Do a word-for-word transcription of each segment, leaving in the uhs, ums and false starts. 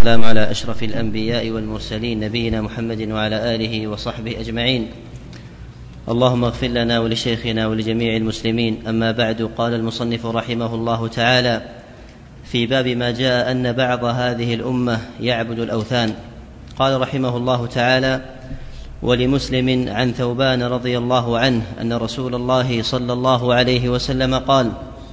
والسلام على أشرف الأنبياء والمرسلين نبينا محمد وعلى آله وصحبه أجمعين. اللهم اغفر لنا ولشيخنا ولجميع المسلمين. أما بعد، قال المصنف رحمه الله تعالى في باب ما جاء أن بعض هذه الأمة يعبد الأوثان. قال رحمه الله تعالى: ولمسلم عن ثوبان رضي الله عنه أن رسول الله صلى الله عليه وسلم قال: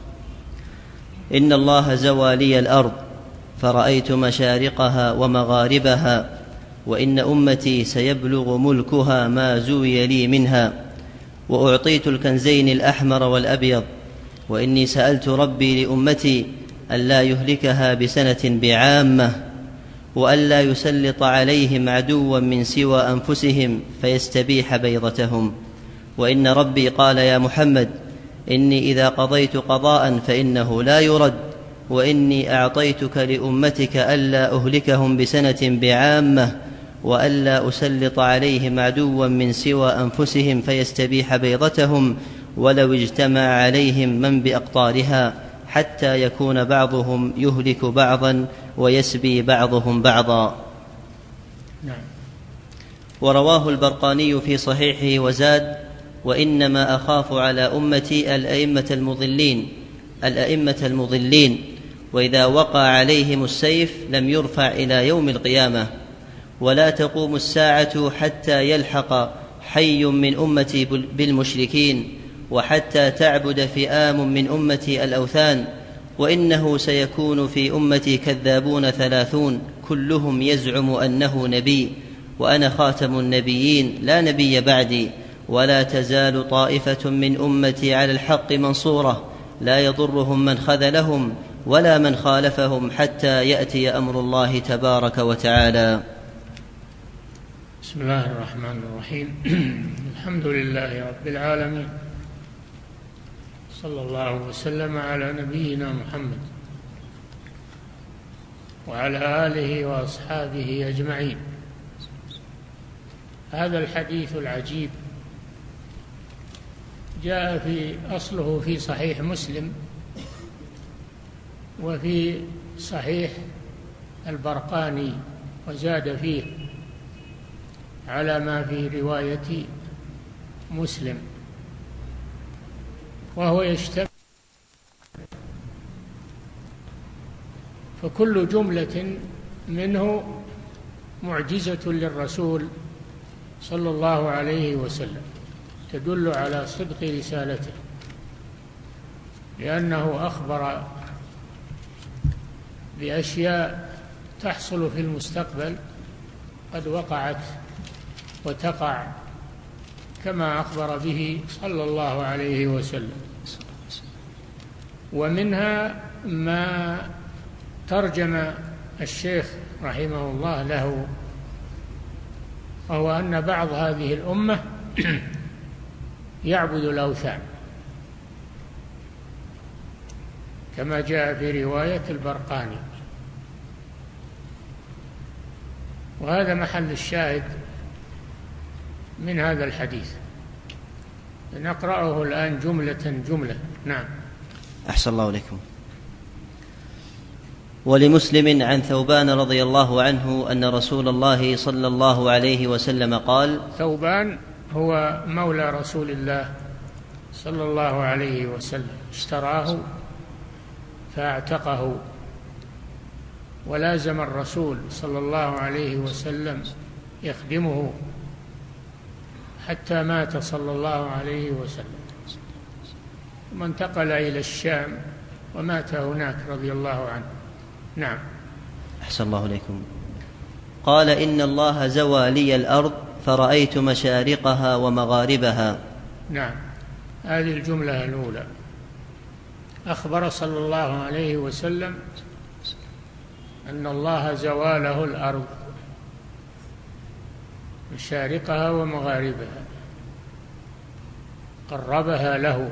إن الله زوى لي الأرض فرأيت مشارقها ومغاربها، وإن أمتي سيبلغ ملكها ما زوي لي منها، وأعطيت الكنزين الأحمر والأبيض، وإني سألت ربي لأمتي ألا يهلكها بسنة بعامة، وألا يسلط عليهم عدوا من سوى أنفسهم فيستبيح بيضتهم، وإن ربي قال يا محمد إني إذا قضيت قضاء فإنه لا يرد، وإني أعطيتك لأمتك ألا أهلكهم بسنة بعامة، وألا أسلط عليهم عدوا من سوى أنفسهم فيستبيح بيضتهم، ولو اجتمع عليهم من بأقطارها حتى يكون بعضهم يهلك بعضا ويسبي بعضهم بعضا. نعم. ورواه البرقاني في صحيحه وزاد: وإنما أخاف على أمتي الأئمة المضلين الأئمة المضلين وإذا وقع عليهم السيف لم يرفع إلى يوم القيامة، ولا تقوم الساعة حتى يلحق حي من أمتي بالمشركين، وحتى تعبد فئام من أمتي الأوثان، وإنه سيكون في أمتي كذابون ثلاثون كلهم يزعم أنه نبي، وأنا خاتم النبيين لا نبي بعدي، ولا تزال طائفة من أمتي على الحق منصورة لا يضرهم من خذلهم ولا من خالفهم حتى يأتي أمر الله تبارك وتعالى. بسم الله الرحمن الرحيم. الحمد لله رب العالمين، صلى الله وسلم على نبينا محمد وعلى آله وأصحابه أجمعين. هذا الحديث العجيب جاء في أصله في صحيح مسلم وفي صحيح البرقاني، وزاد فيه على ما في رواية مسلم، وهو يشتمل، فكل جملة منه معجزة للرسول صلى الله عليه وسلم تدل على صدق رسالته، لأنه أخبر بأشياء تحصل في المستقبل قد وقعت وتقع كما أخبر به صلى الله عليه وسلم. ومنها ما ترجم الشيخ رحمه الله له، وهو أن بعض هذه الأمة يعبد الأوثان كما جاء في رواية البرقاني، وهذا محل الشاهد من هذا الحديث. نقرأه الآن جملة جملة. نعم. أحسن الله إليكم. ولمسلم عن ثوبان رضي الله عنه أن رسول الله صلى الله عليه وسلم قال. ثوبان هو مولى رسول الله صلى الله عليه وسلم، اشتراه فاعتقه، ولازم الرسول صلى الله عليه وسلم يخدمه حتى مات صلى الله عليه وسلم، ثم انتقل إلى الشام ومات هناك رضي الله عنه. نعم. أحسن الله إليكم. قال: إن الله زوى لي الأرض فرأيت مشارقها ومغاربها. نعم، هذه الجملة الأولى. أخبر صلى الله عليه وسلم أن الله زوى له الأرض مشارقها ومغاربها، قربها له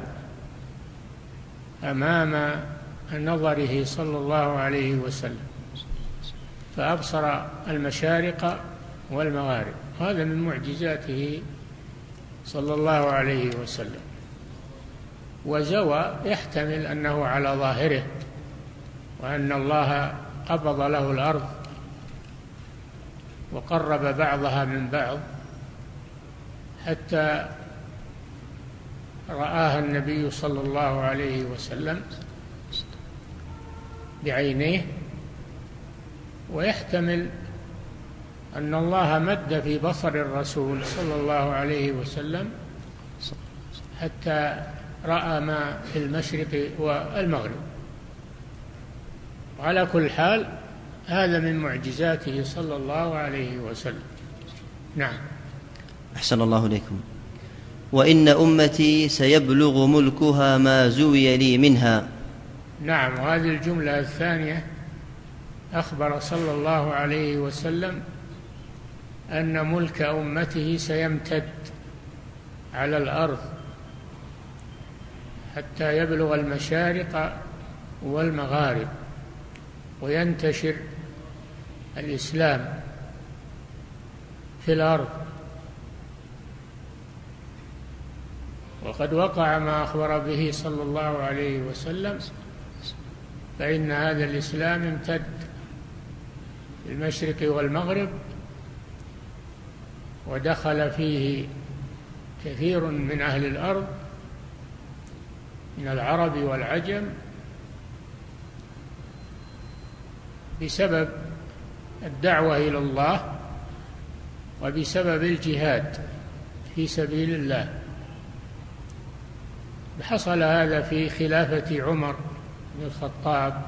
أمام نظره صلى الله عليه وسلم، فأبصر المشارق والمغارب. هذا من معجزاته صلى الله عليه وسلم. وزوى يحتمل أنه على ظاهره، وأن الله قبض له الأرض وقرب بعضها من بعض حتى رآها النبي صلى الله عليه وسلم بعينيه. ويحتمل أن الله مد في بصر الرسول صلى الله عليه وسلم حتى رأى ما في المشرق والمغرب. وعلى كل حال هذا من معجزاته صلى الله عليه وسلم. نعم. أحسن الله إليكم. وإن أمتي سيبلغ ملكها ما زوي لي منها. نعم. وهذه الجملة الثانية أخبر صلى الله عليه وسلم أن ملك أمته سيمتد على الأرض حتى يبلغ المشارق والمغارب وينتشر الإسلام في الأرض. وقد وقع ما أخبر به صلى الله عليه وسلم، فإن هذا الإسلام امتد في المشرق والمغرب ودخل فيه كثير من أهل الأرض من العرب والعجم بسبب الدعوة إلى الله وبسبب الجهاد في سبيل الله. حصل هذا في خلافة عمر بن الخطاب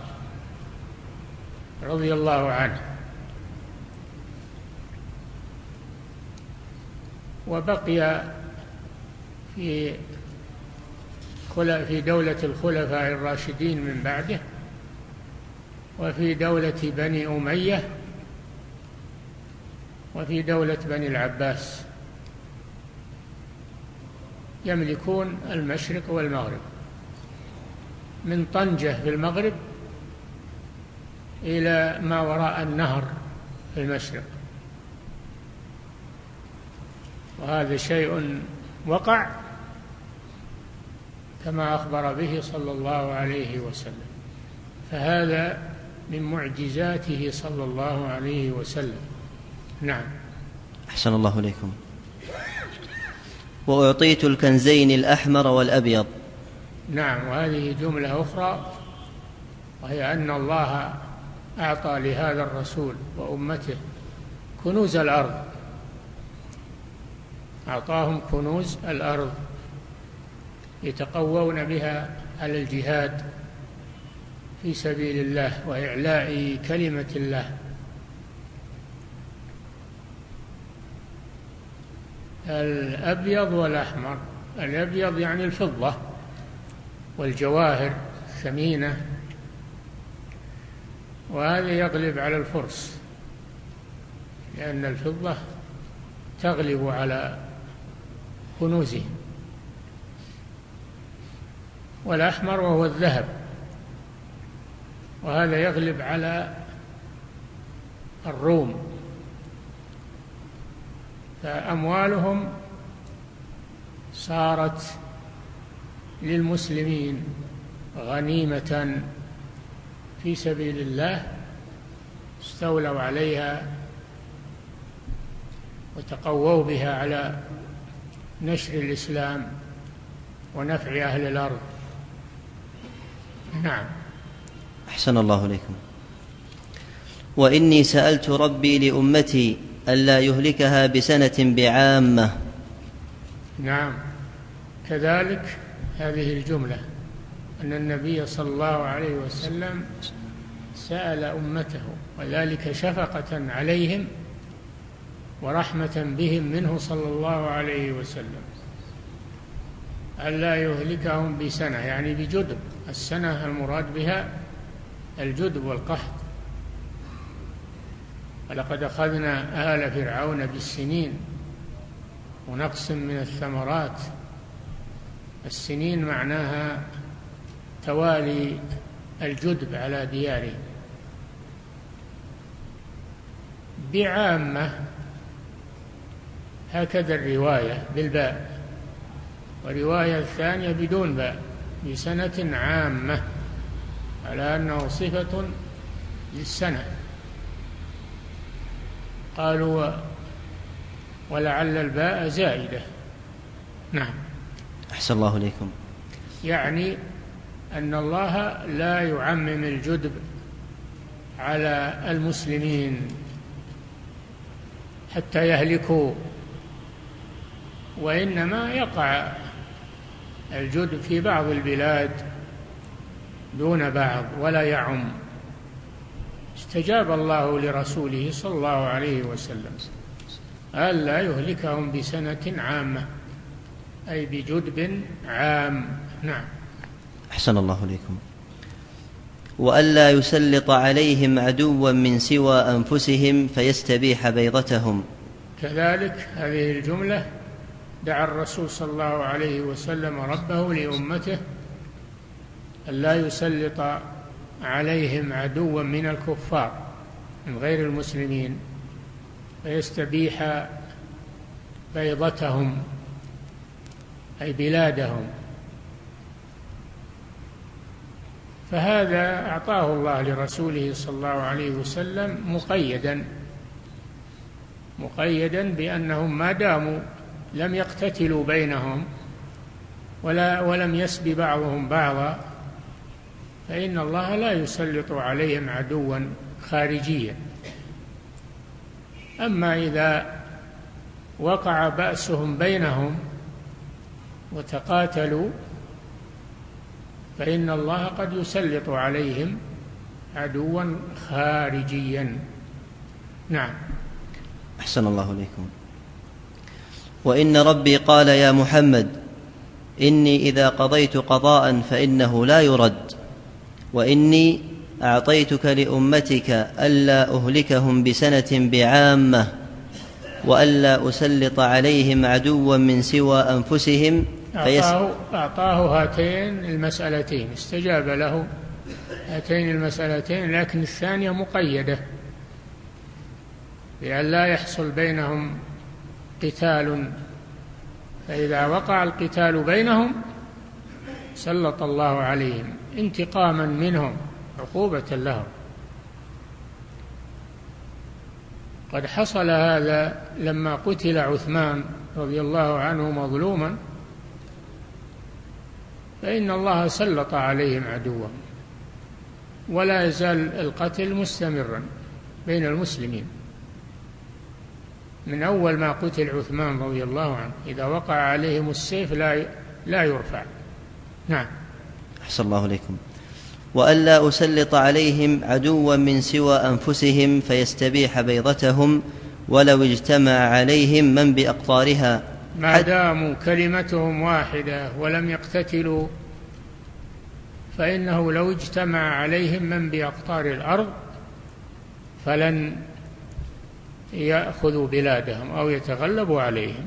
رضي الله عنه، وبقي في في دولة الخلفاء الراشدين من بعده، وفي دولة بني أمية، وفي دولة بني العباس، يملكون المشرق والمغرب من طنجة في المغرب إلى ما وراء النهر في المشرق. وهذا شيء وقع كما أخبر به صلى الله عليه وسلم، فهذا من معجزاته صلى الله عليه وسلم. نعم. أحسن الله إليكم. وأعطيت الكنزين الأحمر والأبيض. نعم. وهذه جملة أخرى، وهي أن الله أعطى لهذا الرسول وأمته كنوز الأرض، أعطاهم كنوز الأرض يتقوون بها على الجهاد في سبيل الله وإعلاء كلمة الله. الأبيض والأحمر. الأبيض يعني الفضة والجواهر الثمينة، وهذا يغلب على الفرس لأن الفضة تغلب على كنوزه. والأحمر وهو الذهب، وهذا يغلب على الروم. فأموالهم صارت للمسلمين غنيمة في سبيل الله، استولوا عليها وتقووا بها على نشر الإسلام ونفع أهل الأرض. نعم. أحسن الله إليكم. وإني سألت ربي لأمتي ألا يهلكها بسنة بعامة. نعم. كذلك هذه الجملة أن النبي صلى الله عليه وسلم سأل أمته، وذلك شفقة عليهم ورحمة بهم منه صلى الله عليه وسلم، ألا يهلكهم بسنة يعني بجدب. السنة المراد بها الجدب والقحط. ولقد أخذنا آل فرعون بالسنين ونقص من الثمرات. السنين معناها توالي الجدب على ديارهم. بعامة هكذا الرواية بالباء، ورواية الثانية بدون باء بسنة عامة، على أنه صفة للسنة. قالوا ولعل الباء زائدة. نعم. أحسن الله إليكم. يعني أن الله لا يعمم الجدب على المسلمين حتى يهلكوا، وإنما يقع الجدب في بعض البلاد دون بعض ولا يعم. استجاب الله لرسوله صلى الله عليه وسلم ألا يهلكهم بسنة عامة، أي بجدب عام. نعم. أحسن الله إليكم. وألا يسلط عليهم عدوا من سوى أنفسهم فيستبيح بيضتهم. كذلك هذه الجملة دعا الرسول صلى الله عليه وسلم ربه لأمته ألا يسلط عليهم عدوا من الكفار من غير المسلمين فيستبيح بيضتهم، أي بلادهم. فهذا أعطاه الله لرسوله صلى الله عليه وسلم مقيدا مقيدا بأنهم ما داموا لم يقتتلوا بينهم ولا ولم يسب بعضهم بعضا فإن الله لا يسلط عليهم عدوا خارجيا. أما إذا وقع بأسهم بينهم وتقاتلوا فإن الله قد يسلط عليهم عدوا خارجيا. نعم. أحسن الله إليكم. وإن ربي قال يا محمد إني إذا قضيت قضاء فإنه لا يرد، وإني أعطيتك لأمتك ألا أهلكهم بسنة بعامة، وألا أسلط عليهم عدوا من سوى أنفسهم. أعطاه, أعطاه هاتين المسألتين، استجاب له هاتين المسألتين، لكن الثانية مقيدة لأن لا يحصل بينهم قتال، فإذا وقع القتال بينهم سلط الله عليهم انتقاما منهم عقوبة لهم. قد حصل هذا لما قتل عثمان رضي الله عنه مظلوما، فإن الله سلط عليهم عدوا، ولا يزال القتل مستمرا بين المسلمين من أول ما قتل عثمان رضي الله عنه، إذا وقع عليهم السيف لا لا يرفع. نعم. أحسن الله إليكم. وألا أسلط عليهم عدوا من سوى أنفسهم فيستبيح بيضتهم ولو اجتمع عليهم من بأقطارها، ما داموا كلمتهم واحدة ولم يقتتلوا، فإنه لو اجتمع عليهم من بأقطار الأرض فلن يأخذوا بلادهم أو يتغلبوا عليهم.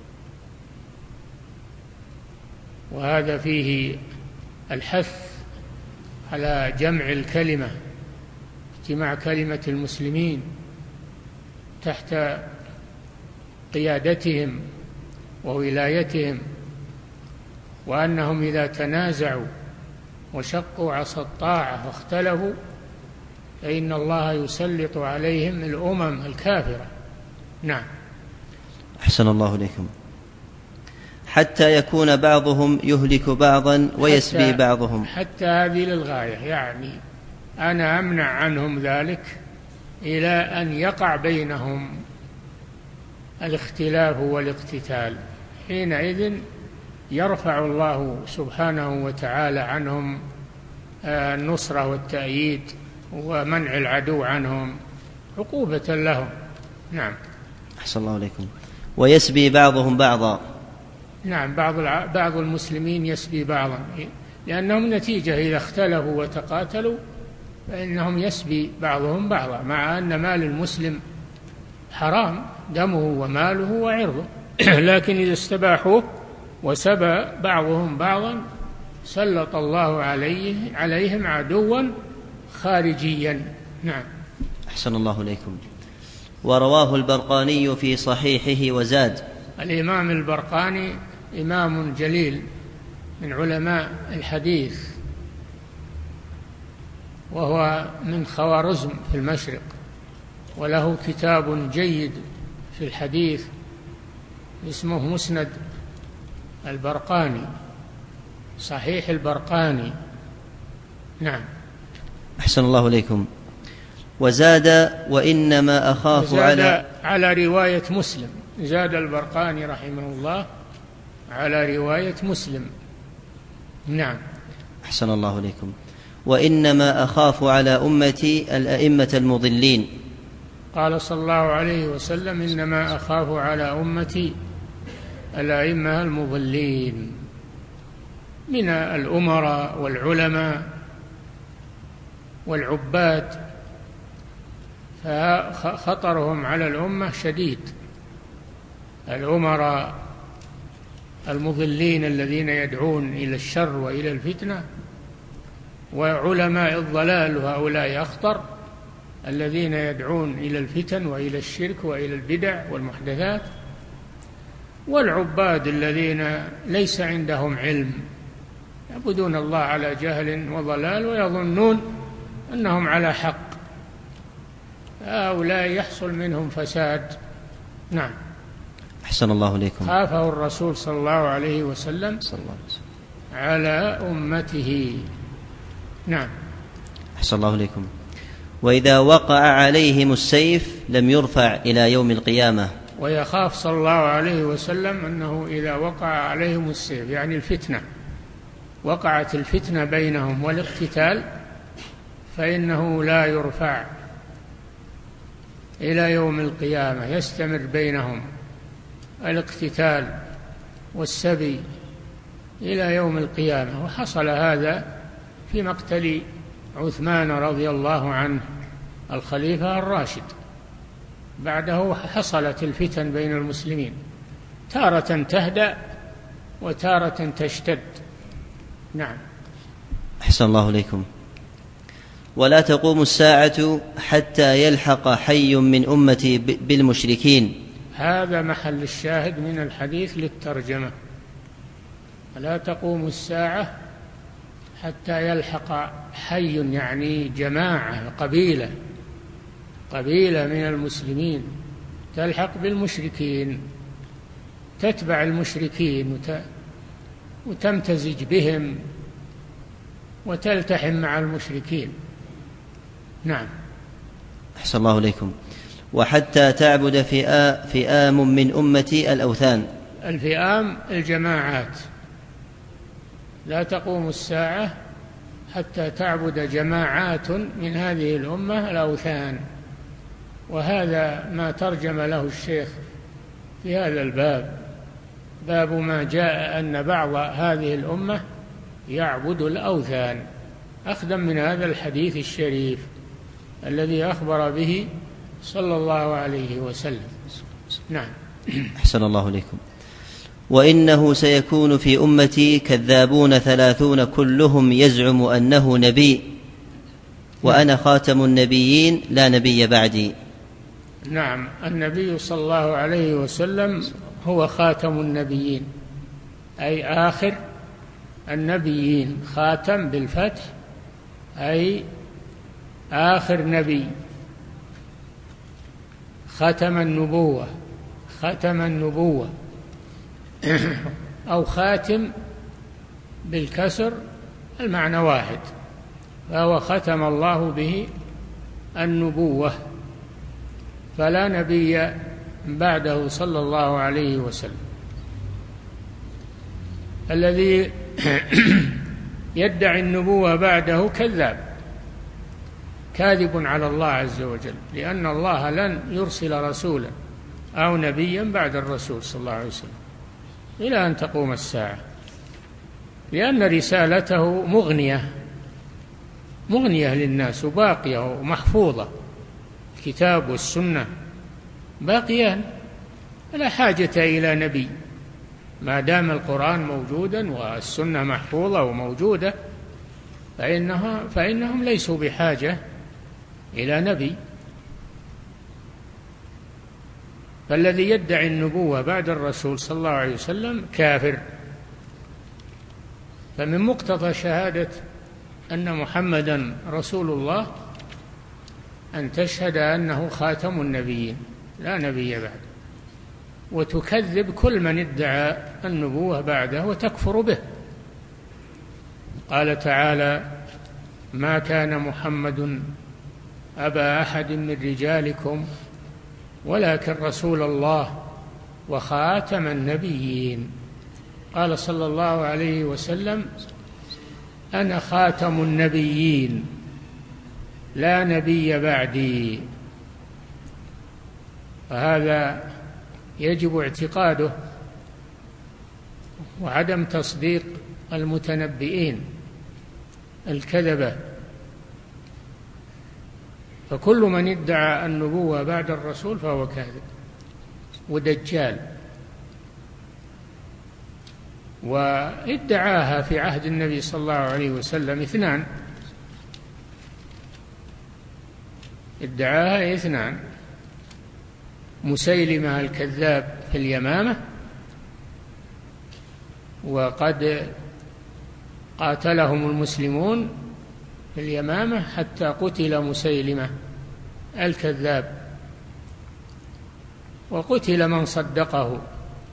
وهذا فيه الحث على جمع الكلمة، اجتماع كلمة المسلمين تحت قيادتهم وولايتهم، وأنهم إذا تنازعوا وشقوا عصا الطاعة واختلفوا فإن الله يسلط عليهم الأمم الكافرة. نعم. أحسن الله إليكم. حتى يكون بعضهم يهلك بعضا ويسبي حتى بعضهم. حتى هذه للغاية، يعني أنا أمنع عنهم ذلك إلى أن يقع بينهم الاختلاف والاقتتال، حينئذ يرفع الله سبحانه وتعالى عنهم النصرة والتأييد ومنع العدو عنهم عقوبة لهم. نعم. أحسن الله إليكم. ويسبي بعضهم بعضا. نعم، بعض بعض المسلمين يسبي بعضا، لأنهم نتيجة إذا اختلفوا وتقاتلوا فإنهم يسبي بعضهم بعضا، مع أن مال المسلم حرام دمه وماله وعرضه، لكن إذا استباحوه وسبى بعضهم بعضا سلط الله عليه عليهم عدوا خارجيا. نعم. أحسن الله إليكم. ورواه البرقاني في صحيحه وزاد. الإمام البرقاني إمام جليل من علماء الحديث، وهو من خوارزم في المشرق، وله كتاب جيد في الحديث اسمه مسند البرقاني، صحيح البرقاني. نعم. أحسن الله إليكم. وزاد وإنما أخاف زاد على على رواية مسلم، زاد البرقاني رحمه الله على رواية مسلم. نعم. أحسن الله إليكم. وإنما أخاف على أمتي الأئمة المضلين. قال صلى الله عليه وسلم: إنما أخاف على أمتي الأئمة المضلين من الأمراء والعلماء والعباد، فخطرهم على الأمة شديد. الأمراء المضلين الذين يدعون إلى الشر وإلى الفتنة، وعلماء الضلال، وهؤلاء أخطر، الذين يدعون إلى الفتن وإلى الشرك وإلى البدع والمحدثات، والعباد الذين ليس عندهم علم، يعبدون الله على جهل وضلال ويظنون أنهم على حق، هؤلاء يحصل منهم فساد. نعم. أحسن الله إليكم. خافه الرسول صلى الله عليه وسلم صلى الله عليه وسلم على أمته. نعم. أحسن الله إليكم. وإذا وقع عليهم السيف لم يرفع إلى يوم القيامة. ويخاف صلى الله عليه وسلم أنه إذا وقع عليهم السيف، يعني الفتنة، وقعت الفتنة بينهم والاقتتال، فإنه لا يرفع إلى يوم القيامة، يستمر بينهم الاقتتال والسبي إلى يوم القيامة. وحصل هذا في مقتل عثمان رضي الله عنه الخليفة الراشد، بعده حصلت الفتن بين المسلمين، تارة تهدأ وتارة تشتد. نعم. أحسن الله إليكم. ولا تقوم الساعة حتى يلحق حي من أمتي بالمشركين. هذا محل الشاهد من الحديث للترجمة. لا تقوم الساعة حتى يلحق حي، يعني جماعة، قبيلة قبيلة من المسلمين تلحق بالمشركين، تتبع المشركين وتمتزج بهم وتلتحم مع المشركين. نعم. أحسن الله إليكم. وحتى تعبد فئا فئام من أمتي الأوثان. الفئام الجماعات. لا تقوم الساعة حتى تعبد جماعات من هذه الأمة الأوثان. وهذا ما ترجم له الشيخ في هذا الباب، باب ما جاء أن بعض هذه الأمة يعبد الأوثان، أخذا من هذا الحديث الشريف الذي أخبر به صلى الله عليه وسلم. نعم. أحسن الله إليكم. وإنه سيكون في أمتي كذابون ثلاثون كلهم يزعم أنه نبي، وأنا خاتم النبيين لا نبي بعدي. نعم. النبي صلى الله عليه وسلم هو خاتم النبيين، أي آخر النبيين. خاتم بالفتح أي آخر نبي، ختم النبوة، ختم النبوة أو خاتم بالكسر المعنى واحد، فهو ختم الله به النبوة، فلا نبي بعده صلى الله عليه وسلم. الذي يدعي النبوة بعده كذاب، كاذب على الله عز وجل، لأن الله لن يرسل رسولا أو نبيا بعد الرسول صلى الله عليه وسلم إلى أن تقوم الساعة، لأن رسالته مغنية مغنية للناس وباقية ومحفوظة، الكتاب والسنة باقيان، لا حاجة إلى نبي، ما دام القرآن موجودا والسنة محفوظة وموجودة فإنها فإنهم ليسوا بحاجة إلى نبي. فالذي يدعي النبوة بعد الرسول صلى الله عليه وسلم كافر. فمن مقتضى شهادة أن محمدا رسول الله أن تشهد أنه خاتم النبيين لا نبي بعده، وتكذب كل من ادعى النبوة بعده وتكفر به. قال تعالى: ما كان محمد أبا أحد من رجالكم ولكن رسول الله وخاتم النبيين. قال صلى الله عليه وسلم: أنا خاتم النبيين لا نبي بعدي. فهذا يجب اعتقاده وعدم تصديق المتنبئين الكذبة. فكل من ادعى النبوة بعد الرسول فهو كاذب ودجال، وادعاها في عهد النبي صلى الله عليه وسلم اثنان، ادعاها اثنان: مسيلمة الكذاب في اليمامة، وقد قاتلهم المسلمون في اليمامة حتى قتل مسيلمة الكذاب، وقتل من صدقه.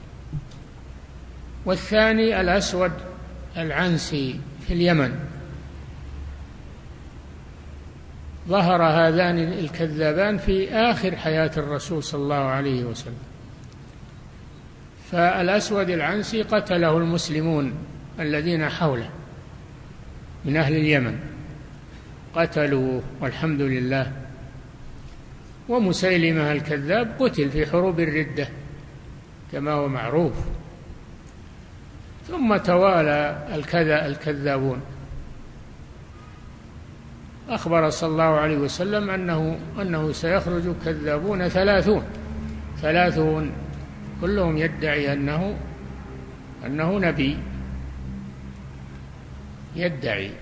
والثاني الأسود العنسي في اليمن. ظهر هذان الكذابان في آخر حياة الرسول صلى الله عليه وسلم. فالأسود العنسي قتله المسلمون الذين حوله من أهل اليمن، قتلوه والحمد لله. ومسيلمة الكذاب قتل في حروب الردة كما هو معروف. ثم توالى الكذا الكذابون. أخبر صلى الله عليه وسلم أنه أنه سيخرج كذابون ثلاثون ثلاثون كلهم يدعي أنه أنه نبي، يدعي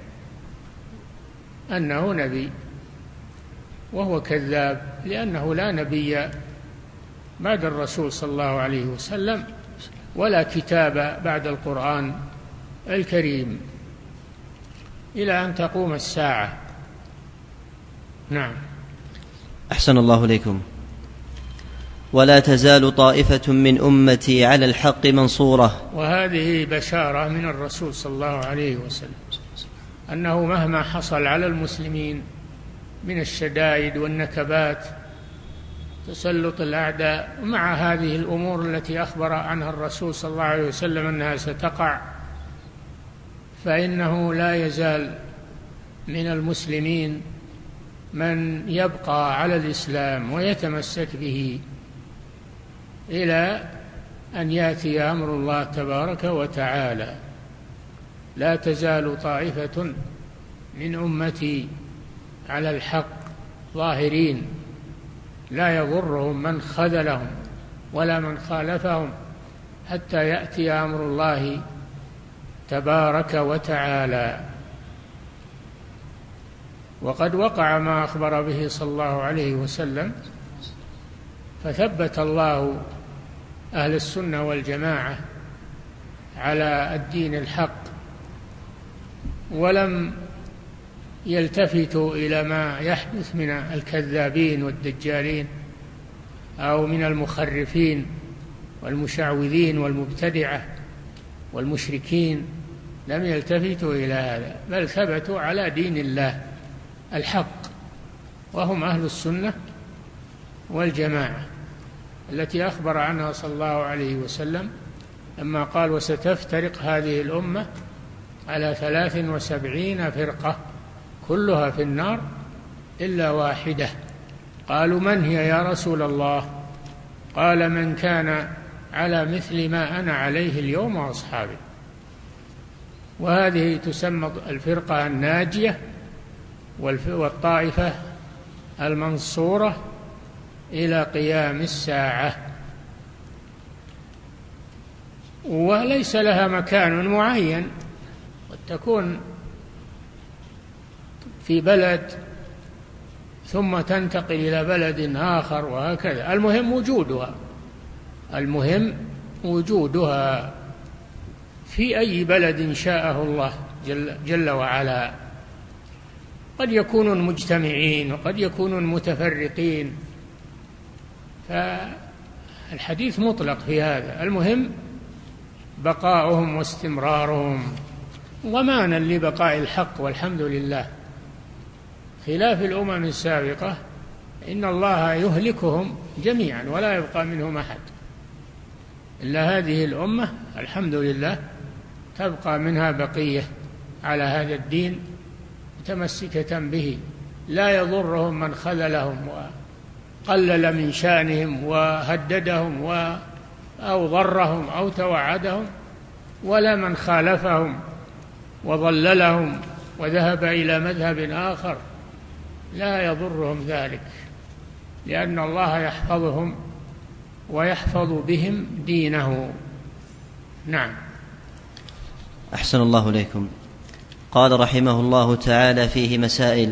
أنه نبي وهو كذاب، لأنه لا نبي بعد الرسول صلى الله عليه وسلم ولا كتاب بعد القرآن الكريم إلى أن تقوم الساعة. نعم. أحسن الله إليكم. ولا تزال طائفة من أمتي على الحق منصورة. وهذه بشارة من الرسول صلى الله عليه وسلم أنه مهما حصل على المسلمين من الشدائد والنكبات، تسلط الأعداء، ومع هذه الأمور التي أخبر عنها الرسول صلى الله عليه وسلم أنها ستقع، فإنه لا يزال من المسلمين من يبقى على الإسلام ويتمسك به إلى أن يأتي أمر الله تبارك وتعالى. لا تزال طائفة من أمتي على الحق ظاهرين لا يضرهم من خذلهم ولا من خالفهم حتى يأتي أمر الله تبارك وتعالى. وقد وقع ما أخبر به صلى الله عليه وسلم، فثبت الله أهل السنة والجماعة على الدين الحق، ولم يلتفتوا إلى ما يحدث من الكذابين والدجالين أو من المخرفين والمشعوذين والمبتدعة والمشركين، لم يلتفتوا إلى هذا، بل ثبتوا على دين الله الحق، وهم أهل السنة والجماعة التي أخبر عنها صلى الله عليه وسلم لما قال: وستفترق هذه الأمة على ثلاث وسبعين فرقة كلها في النار إلا واحدة. قالوا: من هي يا رسول الله؟ قال: من كان على مثل ما أنا عليه اليوم وأصحابي. وهذه تسمى الفرقة الناجية والطائفة المنصورة إلى قيام الساعة، وليس لها مكان معين، قد تكون في بلد ثم تنتقل إلى بلد آخر وهكذا. المهم وجودها، المهم وجودها في أي بلد شاءه الله جل, جل وعلا. قد يكونون مجتمعين وقد يكونون متفرقين، فالحديث مطلق في هذا. المهم بقاؤهم واستمرارهم ضمانا لبقاء الحق، والحمد لله، خلاف الأمم السابقة إن الله يهلكهم جميعا ولا يبقى منهم أحد، إلا هذه الأمة الحمد لله تبقى منها بقية على هذا الدين متمسكة به، لا يضرهم من خذلهم وقلل من شأنهم وهددهم أو ضرهم أو توعدهم، ولا من خالفهم وضللهم وذهب إلى مذهب آخر، لا يضرهم ذلك، لأن الله يحفظهم ويحفظ بهم دينه. نعم. أحسن الله إليكم. قال رحمه الله تعالى فيه مسائل.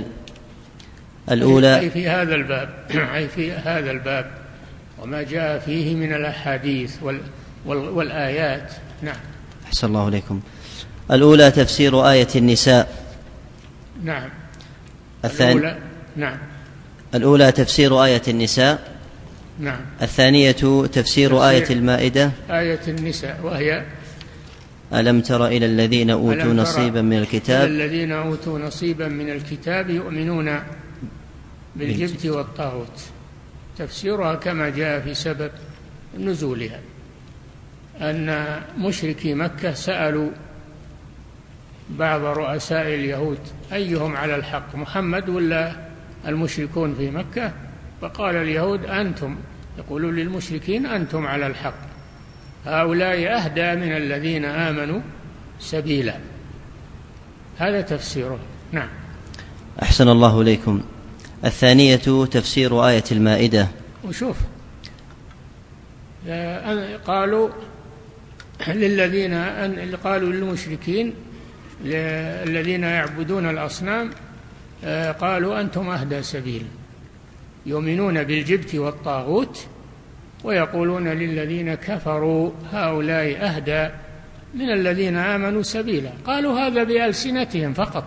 الأولى أي في هذا الباب أي في هذا الباب وما جاء فيه من الأحاديث وال والآيات. نعم. أحسن الله إليكم. الأولى تفسير آية النساء. نعم. الثانية الأولى نعم الأولى تفسير آية النساء. نعم. الثانية تفسير, تفسير آية المائدة. آية النساء وهي ألم تر إلى الذين أوتوا نصيبا من الكتاب إلى الذين أوتوا نصيبا من الكتاب يؤمنون بالجبت والطاغوت. تفسيرها كما جاء في سبب نزولها أن مشركي مكة سألوا بعض رؤساء اليهود أيهم على الحق، محمد ولا المشركون في مكة؟ فقال اليهود أنتم، يقولون للمشركين أنتم على الحق، هؤلاء أهدى من الذين آمنوا سبيلا. هذا تفسيره. نعم. أحسن الله إليكم. الثانية تفسير آية المائدة. وشوف قالوا للذين قالوا للمشركين الذين يعبدون الأصنام قالوا أنتم أهدى سبيل، يؤمنون بالجبت والطاغوت ويقولون للذين كفروا هؤلاء أهدى من الذين آمنوا سبيلا. قالوا هذا بألسنتهم فقط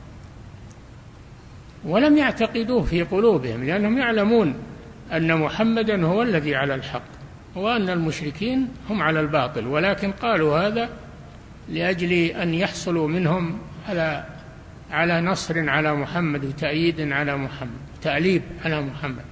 ولم يعتقدوه في قلوبهم، لأنهم يعلمون أن محمدا هو الذي على الحق وأن المشركين هم على الباطل، ولكن قالوا هذا لأجل أن يحصلوا منهم على على نصر على محمد وتأييد على محمد، تأليب على محمد.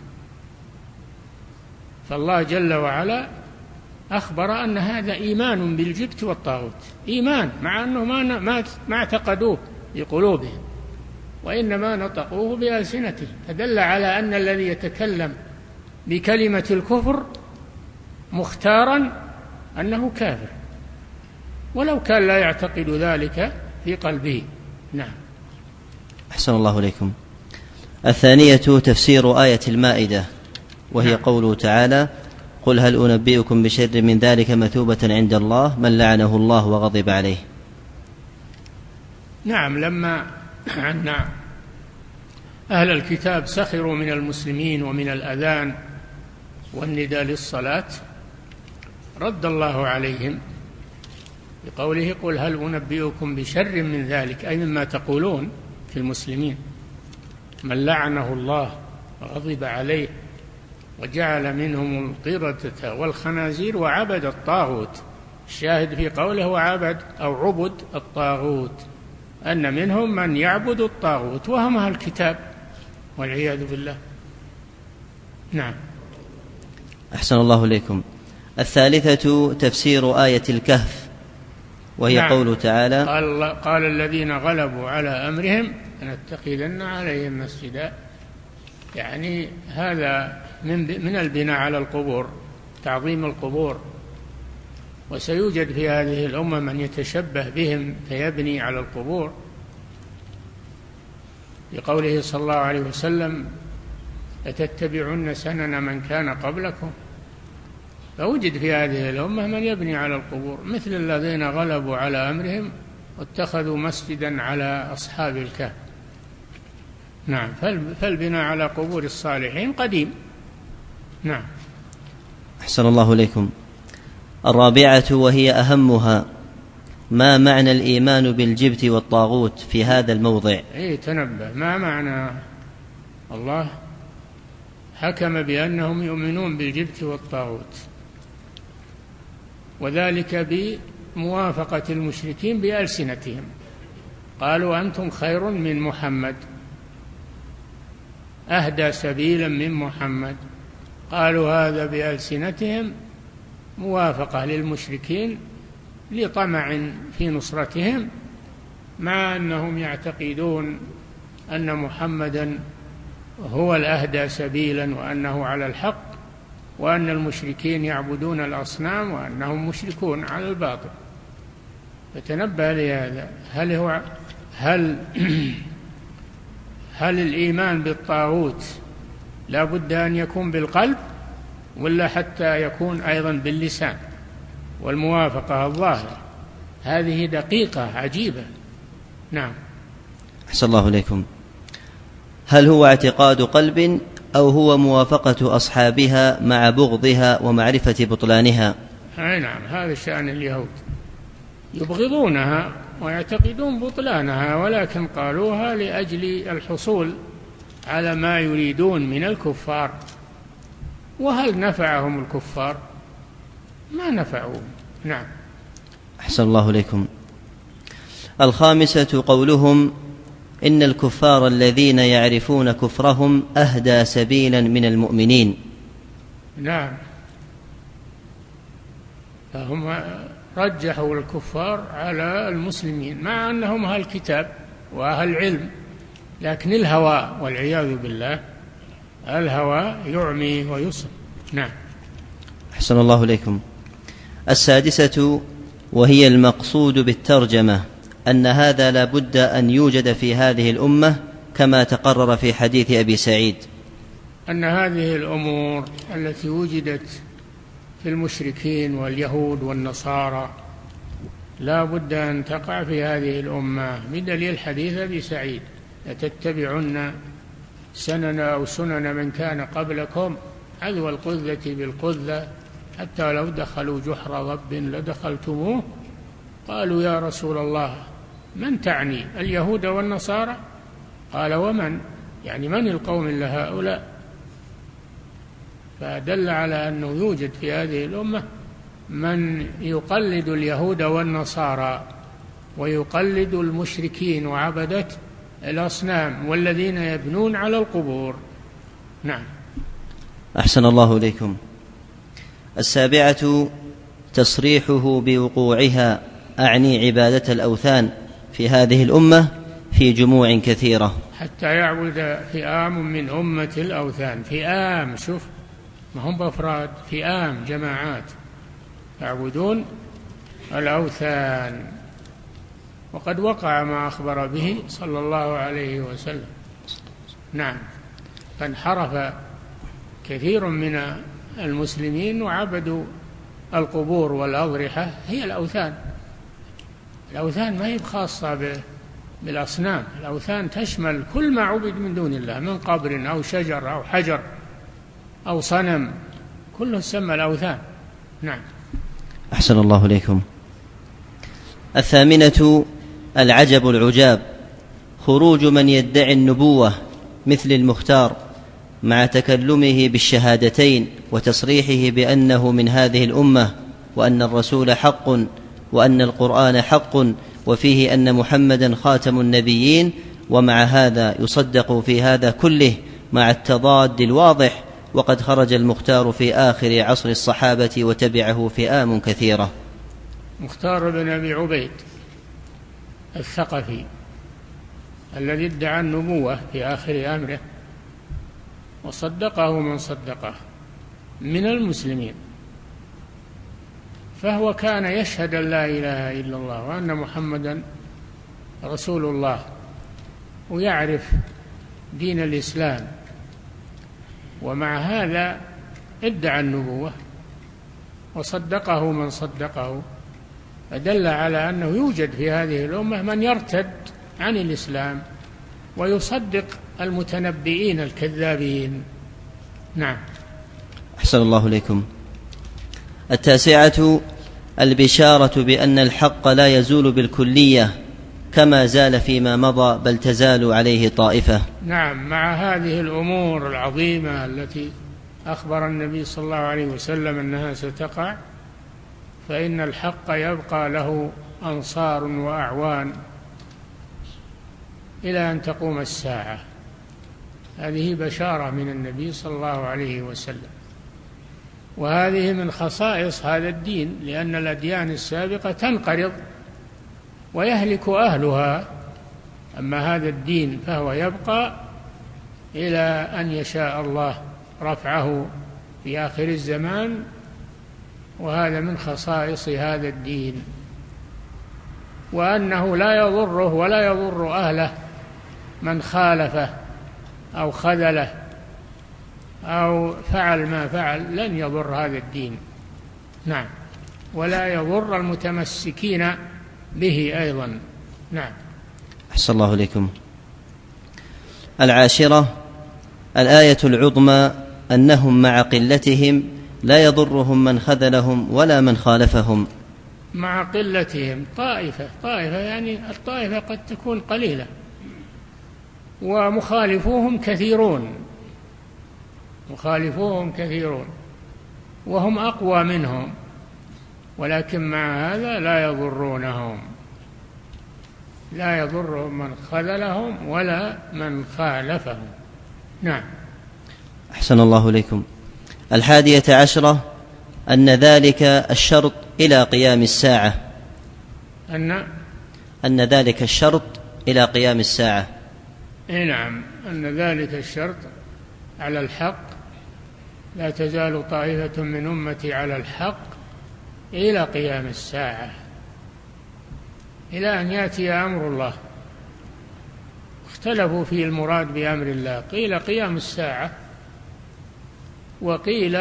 فالله جل وعلا أخبر أن هذا إيمان بالجبت والطاغوت، إيمان مع أنه ما ما ما اعتقدوه بقلوبهم وإنما نطقوه بألسنتهم، فدل على أن الذي يتكلم بكلمة الكفر مختارا أنه كافر ولو كان لا يعتقد ذلك في قلبه. نعم. أحسن الله إليكم. الثانية تفسير آية المائدة وهي نعم. قوله تعالى قل هل أنبئكم بشر من ذلك مثوبة عند الله من لعنه الله وغضب عليه. نعم. لما أن أهل الكتاب سخروا من المسلمين ومن الأذان والنداء للصلاة رد الله عليهم بقوله قل هل أنبئكم بشر من ذلك، أي مما تقولون في المسلمين، من لعنه الله وغضب عليه وجعل منهم القردة والخنازير وعبد الطاغوت. الشاهد في قوله وعبد أو عبد الطاغوت أن منهم من يعبد الطاغوت وهم أهل الكتاب والعياذ بالله. نعم. أحسن الله إليكم. الثالثة تفسير آية الكهف وهي نعم. قوله تعالى قال, قال الذين غلبوا على أمرهم لنتخذن عليهم مسجدا، يعني هذا من, من البناء على القبور، تعظيم القبور، وسيوجد في هذه الأمة من يتشبه بهم فيبني على القبور، بقوله صلى الله عليه وسلم لتتبعن سنن من كان قبلكم، فوجد في هذه الأمة من يبني على القبور مثل الذين غلبوا على أمرهم واتخذوا مسجدا على أصحاب الكهف. نعم. فالبناء على قبور الصالحين قديم. نعم. أحسن الله إليكم. الرابعة وهي أهمها ما معنى الإيمان بالجبت والطاغوت في هذا الموضع؟ أي تنبه، ما معنى؟ الله حكم بأنهم يؤمنون بالجبت والطاغوت، وذلك بموافقة المشركين بألسنتهم. قالوا أنتم خير من محمد، أهدى سبيلا من محمد. قالوا هذا بألسنتهم موافقة للمشركين لطمع في نصرتهم، مع أنهم يعتقدون أن محمدا هو الأهدى سبيلا وأنه على الحق، وأن المشركين يعبدون الأصنام وأنهم مشركون على الباطل. فتنبه لهذا. هل هو هل هل الإيمان بالطاغوت لا بد أن يكون بالقلب، ولا حتى يكون أيضا باللسان والموافقة الظاهرة؟ هذه دقيقة عجيبة. نعم. أحسن الله إليكم. هل هو اعتقاد قلب أو هو موافقة أصحابها مع بغضها ومعرفة بطلانها؟ أي نعم، هذا شأن اليهود، يبغضونها ويعتقدون بطلانها، ولكن قالوها لأجل الحصول على ما يريدون من الكفار. وهل نفعهم الكفار؟ ما نفعوهم. نعم. أحسن الله إليكم. الخامسة قولهم إن الكفار الذين يعرفون كفرهم أهدى سبيلا من المؤمنين. نعم، فهم رجحوا الكفار على المسلمين مع أنهم أهل الكتاب وأهل علم، لكن الهوى والعياذ بالله، الهوى يعمي ويصم. نعم. أحسن الله إليكم. السادسة وهي المقصود بالترجمة أن هذا لا بد أن يوجد في هذه الأمة كما تقرر في حديث أبي سعيد، أن هذه الأمور التي وجدت في المشركين واليهود والنصارى لا بد أن تقع في هذه الأمة، بدليل حديث أبي سعيد: لتتبعن سنن أو سنن من كان قبلكم حذو القذة بالقذة حتى لو دخلوا جحر ضب لدخلتموه. قالوا يا رسول الله من تعني؟ اليهود والنصارى؟ قال ومن؟ يعني من القوم إلا هؤلاء؟ فدل على أنه يوجد في هذه الأمة من يقلد اليهود والنصارى ويقلد المشركين وعبدة الأصنام والذين يبنون على القبور. نعم. أحسن الله إليكم. السابعة تصريحه بوقوعها، أعني عبادة الأوثان في هذه الأمة في جموع كثيرة، حتى يعبد فئام من أمة الأوثان. فئام، شوف، ما هم بأفراد، فئام، جماعات يعبدون الأوثان. وقد وقع ما أخبر به صلى الله عليه وسلم. نعم. فانحرف كثير من المسلمين وعبدوا القبور والأضرحة، هي الأوثان. الأوثان ما هي خاصة بالأصنام، الأوثان تشمل كل ما عبد من دون الله من قبر أو شجر أو حجر أو صنم، كله يسمى الأوثان. نعم. أحسن الله إليكم. الثامنة العجب العجاب، خروج من يدعي النبوة مثل المختار مع تكلمه بالشهادتين وتصريحه بأنه من هذه الأمة، وأن الرسول حق، وأن القرآن حق، وفيه أن محمدا خاتم النبيين، ومع هذا يصدق في هذا كله مع التضاد الواضح، وقد خرج المختار في آخر عصر الصحابة وتبعه فئام كثيرة. مختار بن أبي عبيد الثقفي الذي ادعى النبوة في آخر أمره وصدقه من صدقه من المسلمين، فهو كان يشهد أن لا إله إلا الله وأن محمدا رسول الله، ويعرف دين الإسلام، ومع هذا ادعى النبوة وصدقه من صدقه، فدل على أنه يوجد في هذه الأمة من يرتد عن الإسلام ويصدق المتنبئين الكذابين. نعم. أحسن الله إليكم. التاسعة البشارة بأن الحق لا يزول بالكلية كما زال فيما مضى، بل تزال عليه طائفة. نعم، مع هذه الأمور العظيمة التي أخبر النبي صلى الله عليه وسلم أنها ستقع، فإن الحق يبقى له أنصار وأعوان إلى أن تقوم الساعة. هذه بشارة من النبي صلى الله عليه وسلم، وهذه من خصائص هذا الدين، لأن الأديان السابقة تنقرض ويهلك أهلها، أما هذا الدين فهو يبقى إلى أن يشاء الله رفعه في آخر الزمان، وهذا من خصائص هذا الدين، وأنه لا يضره ولا يضر أهله من خالفه أو خذله أو فعل ما فعل، لن يضر هذا الدين. نعم، ولا يضر المتمسكين به أيضا. نعم. أحسن الله إليكم. العاشرة الآية العظمى أنهم مع قلتهم لا يضرهم من خذلهم ولا من خالفهم. مع قلتهم، طائفة طائفة يعني الطائفة قد تكون قليلة ومخالفوهم كثيرون، مخالفوهم كثيرون وهم أقوى منهم، ولكن مع هذا لا يضرونهم، لا يضرهم من خذلهم ولا من خالفهم. نعم. أحسن الله إليكم. الحادية عشرة أن ذلك الشرط إلى قيام الساعة. أن أن ذلك الشرط إلى قيام الساعة. إيه نعم، أن ذلك الشرط على الحق، لا تزال طائفة من أمتي على الحق إلى قيام الساعة، إلى أن يأتي أمر الله. اختلفوا في المراد بأمر الله، قيل قيام الساعة، وقيل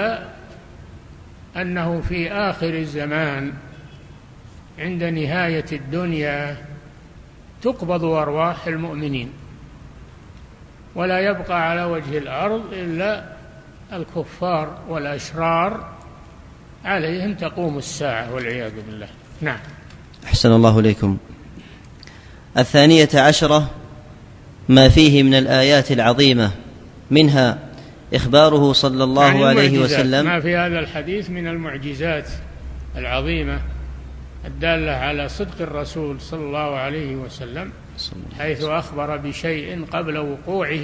أنه في آخر الزمان عند نهاية الدنيا تقبض أرواح المؤمنين، ولا يبقى على وجه الأرض إلا الكفار والأشرار، عليهم تقوم الساعة والعياذ بالله. نعم. أحسن الله إليكم. الثانية عشرة ما فيه من الآيات العظيمة، منها إخباره صلى الله يعني عليه وسلم، ما في هذا الحديث من المعجزات العظيمة الدالة على صدق الرسول صلى الله عليه وسلم، حيث أخبر بشيء قبل وقوعه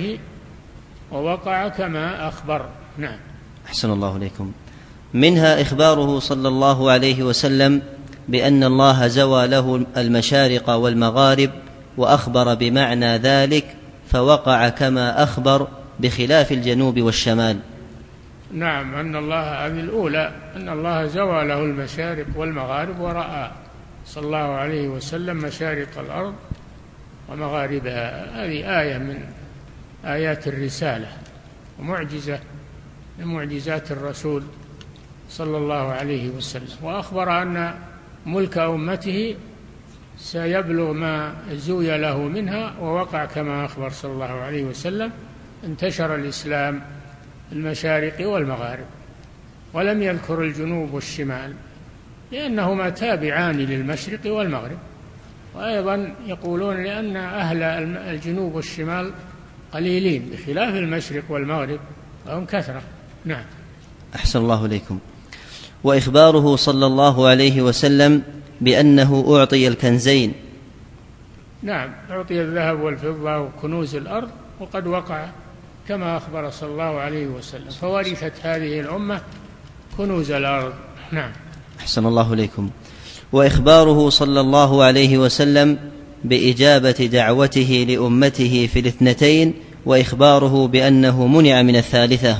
ووقع كما أخبر. نعم. أحسن الله إليكم. منها إخباره صلى الله عليه وسلم بأن الله زوى له المشارق والمغارب، وأخبر بمعنى ذلك فوقع كما أخبر، بخلاف الجنوب والشمال. نعم، أن الله هذه الأولى، أن الله زوى له المشارق والمغارب، ورأى صلى الله عليه وسلم مشارق الأرض ومغاربها. هذه آية من آيات الرسالة ومعجزة من معجزات الرسول صلى الله عليه وسلم، وأخبر أن ملك أمته سيبلغ ما زوي له منها، ووقع كما أخبر صلى الله عليه وسلم. انتشر الإسلام المشارق والمغارب، ولم يذكر الجنوب والشمال لأنهما تابعان للمشرق والمغرب، وأيضا يقولون لأن أهل الجنوب والشمال قليلين بخلاف المشرق والمغرب فهم كثرة. نعم. أحسن الله إليكم. وإخباره صلى الله عليه وسلم بأنه أعطي الكنزين. نعم، أعطي الذهب والفضة وكنوز الأرض، وقد وقع كما أخبر صلى الله عليه وسلم، فورثت هذه الأمة كنوز الأرض. نعم. أحسن الله إليكم. وإخباره صلى الله عليه وسلم بإجابة دعوته لأمته في الاثنتين، وإخباره بأنه منع من الثالثة.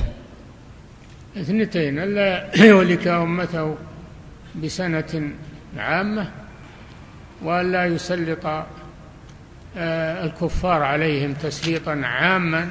اثنتين، ألا يهلك أمته بسنة عامة، وألا يسلط الكفار عليهم تسليطا عاما،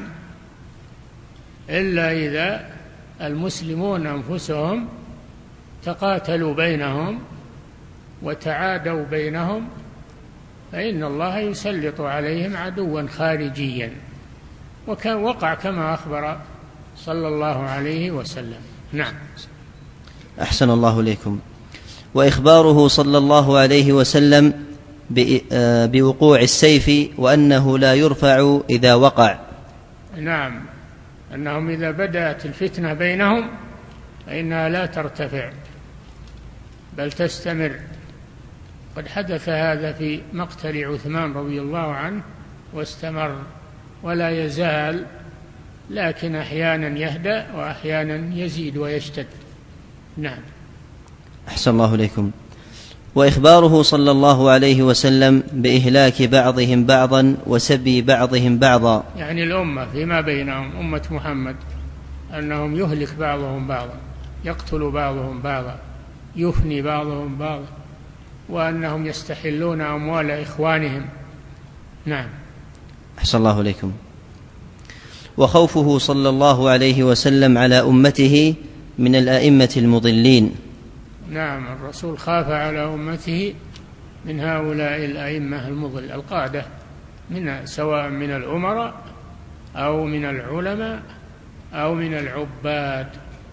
إلا إذا المسلمون أنفسهم تقاتلوا بينهم وتعادوا بينهم، فإن الله يسلط عليهم عدوا خارجيا، وكان وقع كما أخبر صلى الله عليه وسلم. نعم. أحسن الله إليكم. وإخباره صلى الله عليه وسلم بوقوع السيف وأنه لا يرفع إذا وقع. نعم، أنهم إذا بدأت الفتنة بينهم فإنها لا ترتفع بل تستمر. قد حدث هذا في مقتل عثمان رضي الله عنه واستمر ولا يزال، لكن أحيانا يهدأ وأحيانا يزيد ويشتد. نعم. أحسن الله إليكم. وإخباره صلى الله عليه وسلم بإهلاك بعضهم بعضا وسبي بعضهم بعضا، يعني الأمة فيما بينهم أمة محمد أنهم يهلك بعضهم بعضا، يقتل بعضهم بعضا، يفني بعضهم بعضا، وأنهم يستحلون أموال إخوانهم. نعم. أحسن الله إليكم. وخوفه صلى الله عليه وسلم على أمته من الأئمة المضلين. نعم، الرسول خاف على أمته من هؤلاء الأئمة المضل القادة، من سواء من الأمراء أو من العلماء أو من العباد،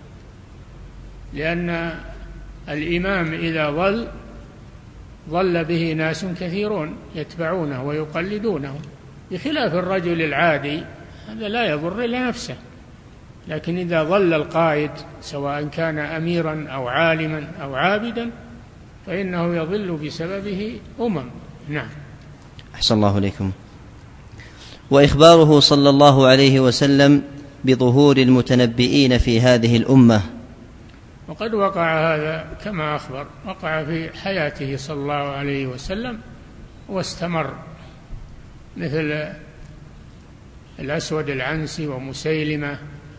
لأن الإمام إذا ضل ضل به ناس كثيرون يتبعونه ويقلدونه، بخلاف الرجل العادي هذا لا يضر إلا نفسه. لكن إذا ضل القائد سواء كان أميرا أو عالما أو عابدا فإنه يضل بسببه أمم. نعم. أحسن الله إليكم. وإخباره صلى الله عليه وسلم بظهور المتنبئين في هذه الأمة. وقد وقع هذا كما أخبر، وقع في حياته صلى الله عليه وسلم واستمر، مثل الأسود العنسي ومسيلمة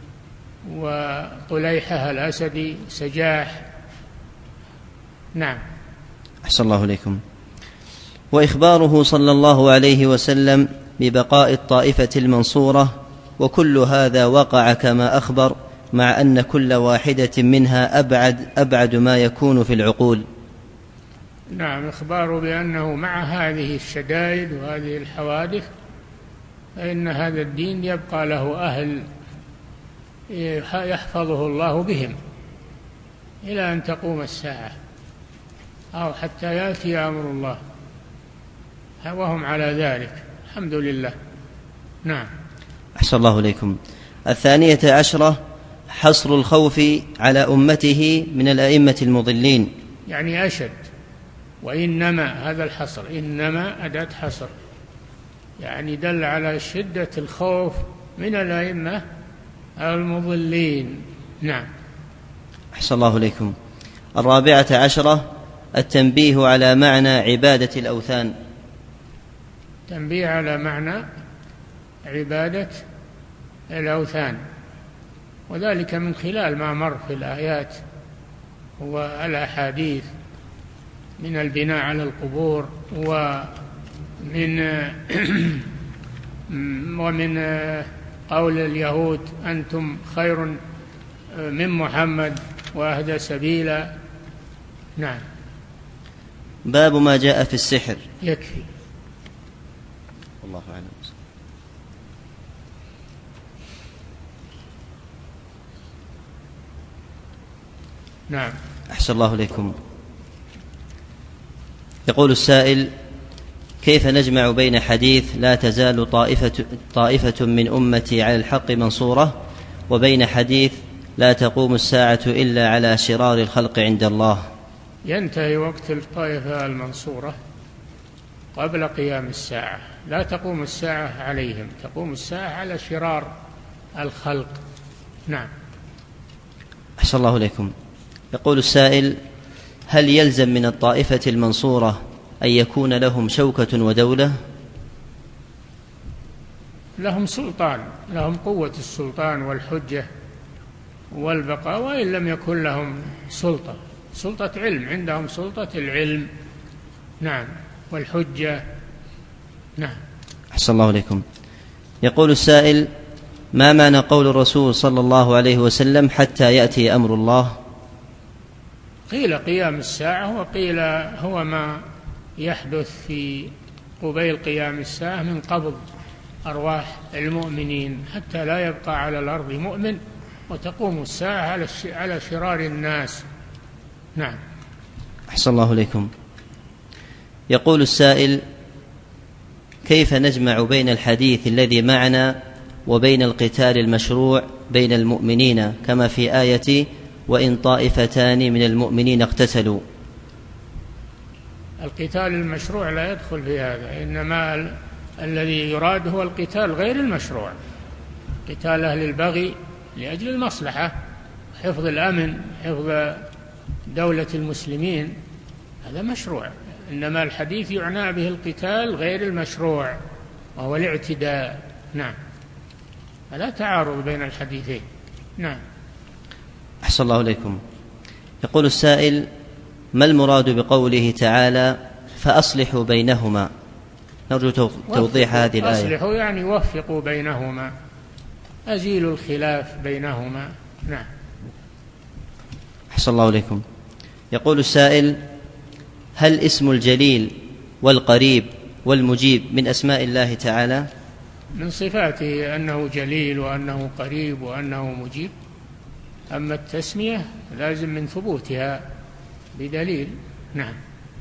وطليحة الأسدي سجاح. نعم. أحسن الله إليكم. وإخباره صلى الله عليه وسلم ببقاء الطائفة المنصورة، وكل هذا وقع كما أخبر، مع أن كل واحدة منها أبعد أبعد ما يكون في العقول. نعم، إخباره بأنه مع هذه الشدائد وهذه الحوادث فإن هذا الدين يبقى له أهل يحفظه الله بهم إلى أن تقوم الساعة أو حتى يأتي أمر الله، وهم على ذلك الحمد لله. نعم. أحسن الله إليكم. الثانية عشرة حصر الخوف على أمته من الأئمة المضلين، يعني أشد. وإنما هذا الحصر، إنما أداة حصر، يعني دل على شدة الخوف من الأئمة المضلين. نعم. أحسن الله إليكم. الرابعة عشرة التنبيه على معنى عبادة الأوثان. تنبيه على معنى عبادة الأوثان، وذلك من خلال ما مر في الآيات والأحاديث من البناء على القبور ومن ومن قول اليهود أنتم خير من محمد وأهدى سبيلا. نعم. باب ما جاء في السحر. يكفي. الله أعلم. نعم. أحسن الله إليكم. يقول السائل: كيف نجمع بين حديث لا تزال طائفة, طائفة من أمتي على الحق منصورة وبين حديث لا تقوم الساعة إلا على شرار الخلق عند الله؟ ينتهي وقت الطائفة المنصورة قبل قيام الساعة، لا تقوم الساعة عليهم، تقوم الساعة على شرار الخلق. نعم. أحسن الله إليكم. يقول السائل: هل يلزم من الطائفة المنصورة أن يكون لهم شوكة ودولة؟ لهم سلطان، لهم قوة السلطان والحجة والبقاء، وإن لم يكن لهم سلطة، سلطة علم، عندهم سلطة العلم. نعم. والحجة. نعم. أحسن الله إليكم. يقول السائل: ما معنى قول الرسول صلى الله عليه وسلم حتى يأتي أمر الله؟ قيل قيام الساعة، وقيل هو ما يحدث في قبيل قيام الساعة من قبض أرواح المؤمنين حتى لا يبقى على الأرض مؤمن، وتقوم الساعة على شرار الناس. نعم. أحسن الله إليكم. يقول السائل: كيف نجمع بين الحديث الذي معنا وبين القتال المشروع بين المؤمنين كما في آية وإن طائفتان من المؤمنين اقتتلوا؟ القتال المشروع لا يدخل في هذا، إنما ال... الذي يراد هو القتال غير المشروع، قتال أهل البغي لأجل المصلحة، حفظ الأمن، حفظ دولة المسلمين، هذا مشروع. إنما الحديث يعنى به القتال غير المشروع وهو الاعتداء. نعم، فلا تعارض بين الحديثين. نعم. أحسن الله إليكم. يقول السائل: ما المراد بقوله تعالى فأصلحوا بينهما؟ نرجو توضيح هذه الآية. أصلحوا يعني وفقوا بينهما، أزيلوا الخلاف بينهما. نعم. أحسن الله إليكم. يقول السائل: هل اسم الجليل والقريب والمجيب من أسماء الله تعالى؟ من صفاته أنه جليل وأنه قريب وأنه مجيب، أما التسمية لازم من ثبوتها بدليل. نعم.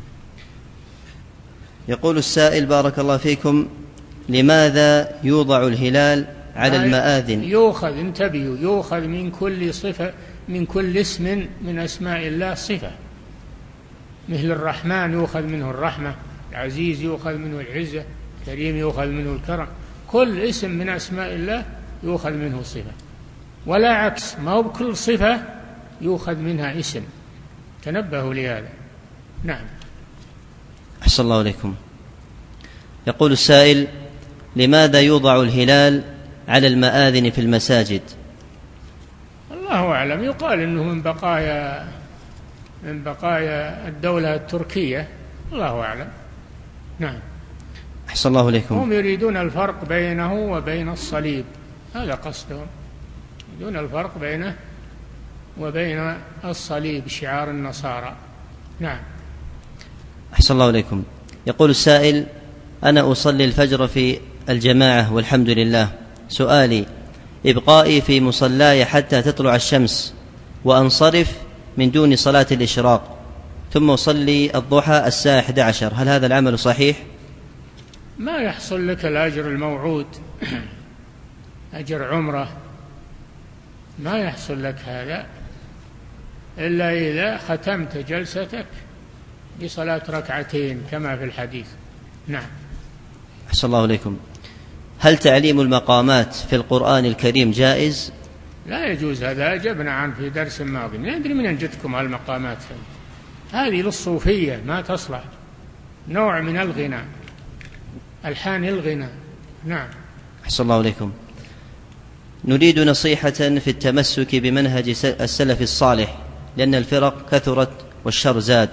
يقول السائل: بارك الله فيكم، لماذا يوضع الهلال على المآذن؟ يؤخذ، انتبهوا، يؤخذ من كل صفة، من كل اسم من أسماء الله صفة، مثل الرحمن يؤخذ منه الرحمة، العزيز يؤخذ منه العزة، الكريم يؤخذ منه الكرم، كل اسم من أسماء الله يؤخذ منه صفة، ولا عكس، ما هو بكل صفة يؤخذ منها اسم، تنبهوا لهذا. نعم. أحسن الله إليكم. يقول السائل: لماذا يوضع الهلال على المآذن في المساجد؟ الله أعلم، يقال إنه من بقايا من بقايا الدولة التركية، الله أعلم. نعم. أحسن الله إليكم. هم يريدون الفرق بينه وبين الصليب، هذا قصدهم، يريدون الفرق بينه وبين الصليب، شعار النصارى. نعم. أحسن الله إليكم. يقول السائل: أنا أصلي الفجر في الجماعة والحمد لله، سؤالي: إبقائي في مصلاي حتى تطلع الشمس وأنصرف من دون صلاة الإشراق ثم أصلي الضحى الساعة إحدى عشر، هل هذا العمل صحيح؟ ما يحصل لك الأجر الموعود، أجر عمره، ما يحصل لك هذا إلا إذا ختمت جلستك بصلاة ركعتين كما في الحديث. نعم. أحسن الله إليكم. هل تعليم المقامات في القرآن الكريم جائز؟ لا يجوز، هذا أجبنا عنه في درس ماضي، ما أدري من أين جتكم هالمقامات هذه، للصوفية ما تصلح، نوع من الغنى، ألحان الغنى. نعم. أحسن الله إليكم. نريد نصيحة في التمسك بمنهج السلف الصالح، لأن الفرق كثرت والشر زاد.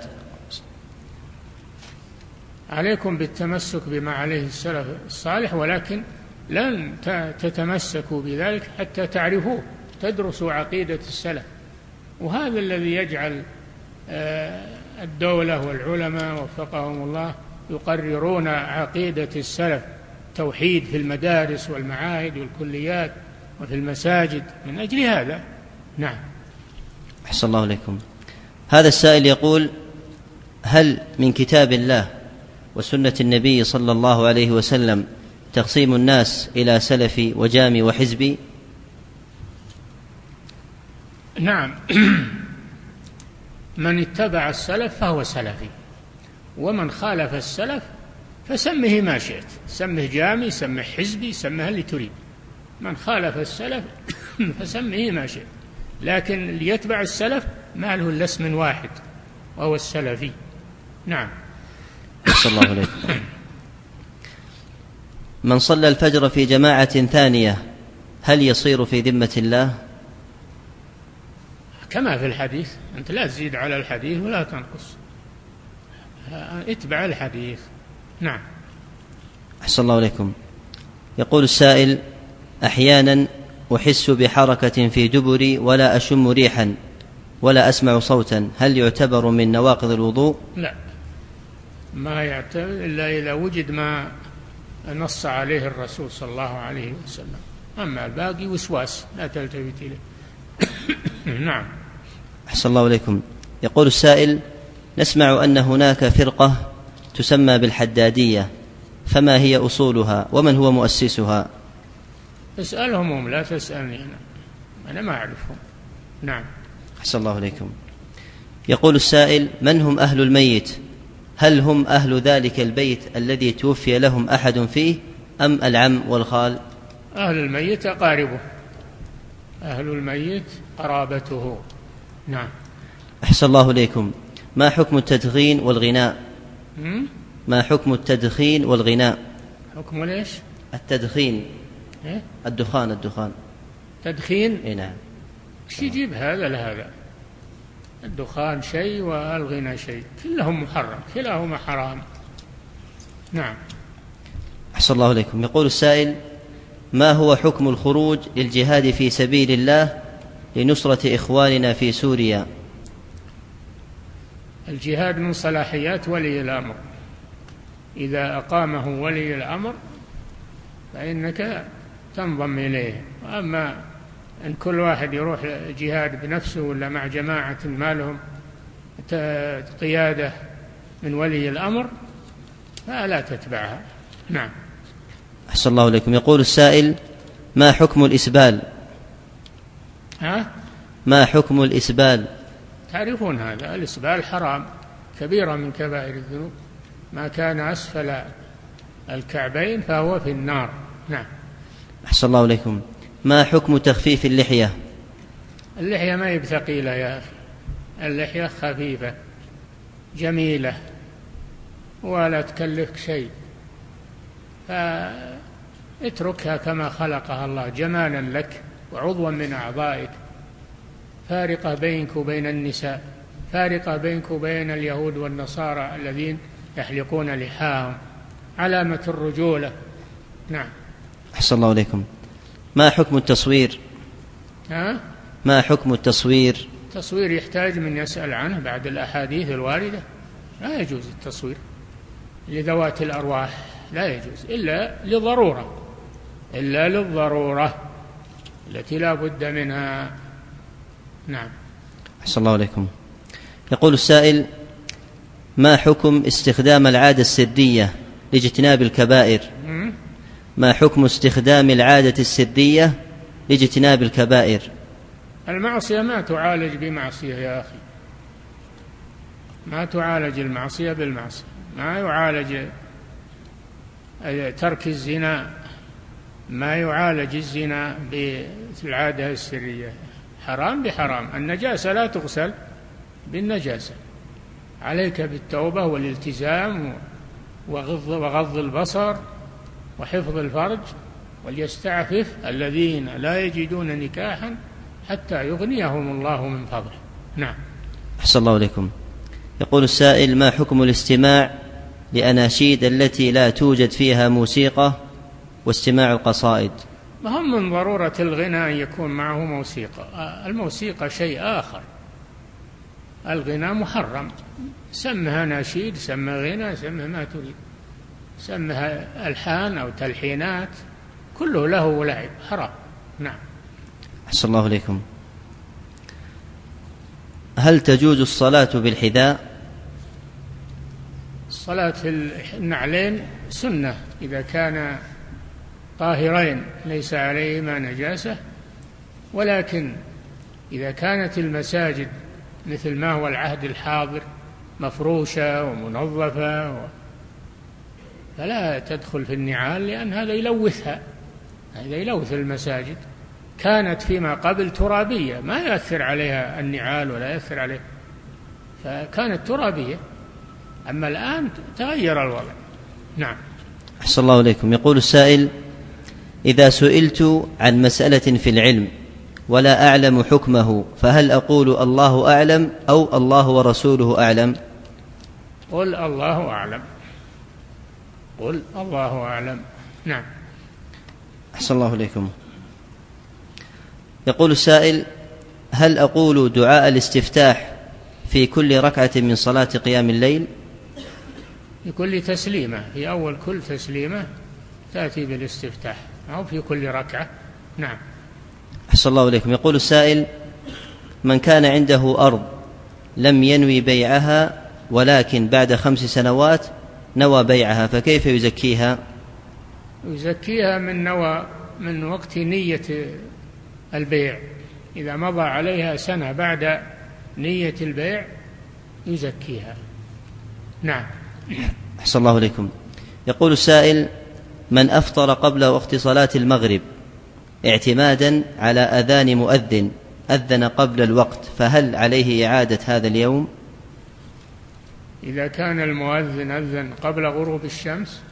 عليكم بالتمسك بما عليه السلف الصالح، ولكن لن تتمسكوا بذلك حتى تعرفوه، تدرسوا عقيدة السلف، وهذا الذي يجعل الدولة والعلماء وفقهم الله يقررون عقيدة السلف، توحيد في المدارس والمعاهد والكليات وفي المساجد، من أجل هذا. نعم. أحسن الله إليكم. هذا السائل يقول: هل من كتاب الله وسنة النبي صلى الله عليه وسلم تقسيم الناس إلى سلفي وجامي وحزبي؟ نعم. من اتبع السلف فهو سلفي، ومن خالف السلف فسمه ما شئت، سمه جامي، سمه حزبي، سمه اللي تريد، من خالف السلف فسمه ما شئت، لكن اللي يتبع السلف ما له إلا اسم واحد وهو السلفي. نعم. صلى الله عليه وسلم. من صلى الفجر في جماعة ثانية هل يصير في ذمة الله؟ كما في الحديث، أنت لا تزيد على الحديث ولا تنقص، اتبع الحديث. نعم. أحسن الله عليكم. يقول السائل: أحيانا أحس بحركة في دبري ولا أشم ريحا ولا أسمع صوتا، هل يعتبر من نواقض الوضوء؟ لا، ما يعتبر إلا إذا وجد ما نص عليه الرسول صلى الله عليه وسلم، أما الباقي وسواس لا تلتفت إليه. نعم. أحسن الله عليكم. يقول السائل: نسمع أن هناك فرقة تسمى بالحدادية، فما هي أصولها ومن هو مؤسسها؟ اسألهم هم، لا تسألني أنا, أنا ما أعرفهم. نعم. أحسن الله إليكم. يقول السائل: من هم أهل الميت؟ هل هم أهل ذلك البيت الذي توفي لهم أحد فيه أم العم والخال؟ أهل الميت أقاربه، أهل الميت قرابته. نعم. أحسن الله إليكم. ما حكم التدخين والغناء؟ م? ما حكم التدخين والغناء؟ حكم ليش؟ التدخين. إيه؟ الدخان. الدخان تدخين. إيه نعم. ايش يجيب هذا لهذا؟ الدخان شيء والغنى شيء، كلهم محرم، كلاهما حرام. نعم. أحسن الله إليكم. يقول السائل: ما هو حكم الخروج للجهاد في سبيل الله لنصرة إخواننا في سوريا؟ الجهاد من صلاحيات ولي الأمر، إذا أقامه ولي الأمر فإنك تنضم إليه. أما أن كل واحد يروح جهاد بنفسه ولا مع جماعة ما لهم قيادة من ولي الأمر فلا تتبعها. نعم. أحسن الله إليكم. يقول السائل: ما حكم الإسبال؟ ها؟ ما حكم الإسبال؟ تعرفون هذا، الإسبال حرام، كبيرة من كبائر الذنوب، ما كان أسفل الكعبين فهو في النار. نعم. أحسن الله إليكم. ما حكم تخفيف اللحية؟ اللحية ما هي بثقيلة يا أخي، اللحية خفيفة جميلة ولا تكلفك شيء، فاتركها كما خلقها الله جمالا لك وعضوا من أعضائك، فارقة بينك وبين النساء، فارقة بينك وبين اليهود والنصارى الذين يحلقون لحاهم، علامة الرجولة. نعم. أحسن الله إليكم. ما حكم التصوير؟ ها؟ ما حكم التصوير؟ التصوير يحتاج من يسأل عنه بعد الأحاديث الواردة، لا يجوز التصوير لذوات الأرواح، لا يجوز إلا لضرورة، إلا للضرورة التي لا بد منها. نعم. أحسن الله عليكم. يقول السائل: ما حكم استخدام العادة السردية لاجتناب الكبائر؟ ما حكم استخدام العادة السردية لاجتناب الكبائر؟ المعصية ما تعالج بمعصية يا أخي، ما تعالج المعصية بالمعصية، ما يعالج ترك الزنا، ما يعالج الزنا بالعادة السرية، حرام بحرام. النجاسة لا تغسل بالنجاسة، عليك بالتوبة والالتزام وغض, وغض البصر وحفظ الفرج، وليستعفف الذين لا يجدون نكاحا حتى يغنيهم الله من فضله. نعم. أحسن الله عليكم. يقول السائل: ما حكم الاستماع لأناشيد التي لا توجد فيها موسيقى واستماع القصائد؟ هم من ضرورة الغنى أن يكون معه موسيقى، الموسيقى شيء آخر، الغنى محرم، سمها نشيد، سمها غنى، سمها ما تريد، سمها ألحان أو تلحينات، كله له ولعب، حرام. نعم. أحسن الله إليكم. هل تجوز الصلاة بالحذاء؟ الصلاة في النعلين سنة إذا كان طاهرين ليس عليهما نجاسة، ولكن إذا كانت المساجد مثل ما هو العهد الحاضر مفروشة ومنظفة و... فلا تدخل في النعال، لأن هذا يلوثها، هذا يلوث المساجد. كانت فيما قبل ترابية ما يأثر عليها النعال ولا يأثر عليها، فكانت ترابية، أما الآن تغير الوضع. نعم. أحسن الله إليكم. يقول السائل: إذا سئلت عن مسألة في العلم ولا أعلم حكمه فهل أقول الله أعلم أو الله ورسوله أعلم؟ قل الله أعلم، قل الله أعلم. نعم. أحسن الله إليكم. يقول السائل: هل أقول دعاء الاستفتاح في كل ركعة من صلاة قيام الليل؟ في كل تسليمة، في أول كل تسليمة تأتي بالاستفتاح، أو في كل ركعة. نعم. أحسن الله إليكم. يقول السائل: من كان عنده أرض لم ينوي بيعها ولكن بعد خمس سنوات نوى بيعها، فكيف يزكيها؟ يزكيها من نوى من وقت نية البيع. إذا مضى عليها سنة بعد نية البيع يزكيها. نعم. أحسن الله إليكم. يقول السائل: من أفطر قبل وقت صلاة المغرب اعتمادا على أذان مؤذن أذن قبل الوقت، فهل عليه إعادة هذا اليوم؟ إذا كان المؤذن أذن قبل غروب الشمس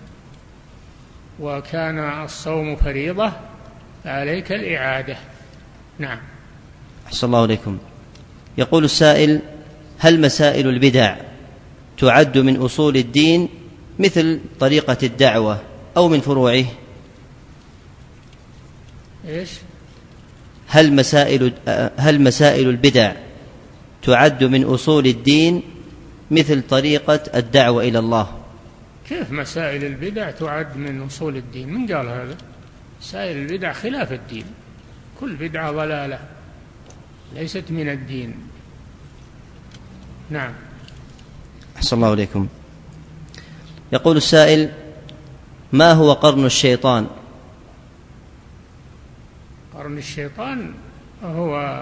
وكان الصوم فريضة فعليك الإعادة. نعم. أحسن الله إليكم. يقول السائل: هل مسائل البدع تعد من أصول الدين مثل طريقة الدعوة أو من فروعه؟ إيش؟ هل مسائل هل مسائل البدع تعد من أصول الدين مثل طريقة الدعوة إلى الله؟ كيف مسائل البدع تعد من أصول الدين؟ من قال هذا؟ مسائل البدع خلاف الدين، كل بدعة ضلالة ليست من الدين. نعم. أحسن الله إليكم. يقول السائل: ما هو قرن الشيطان؟ قرن الشيطان هو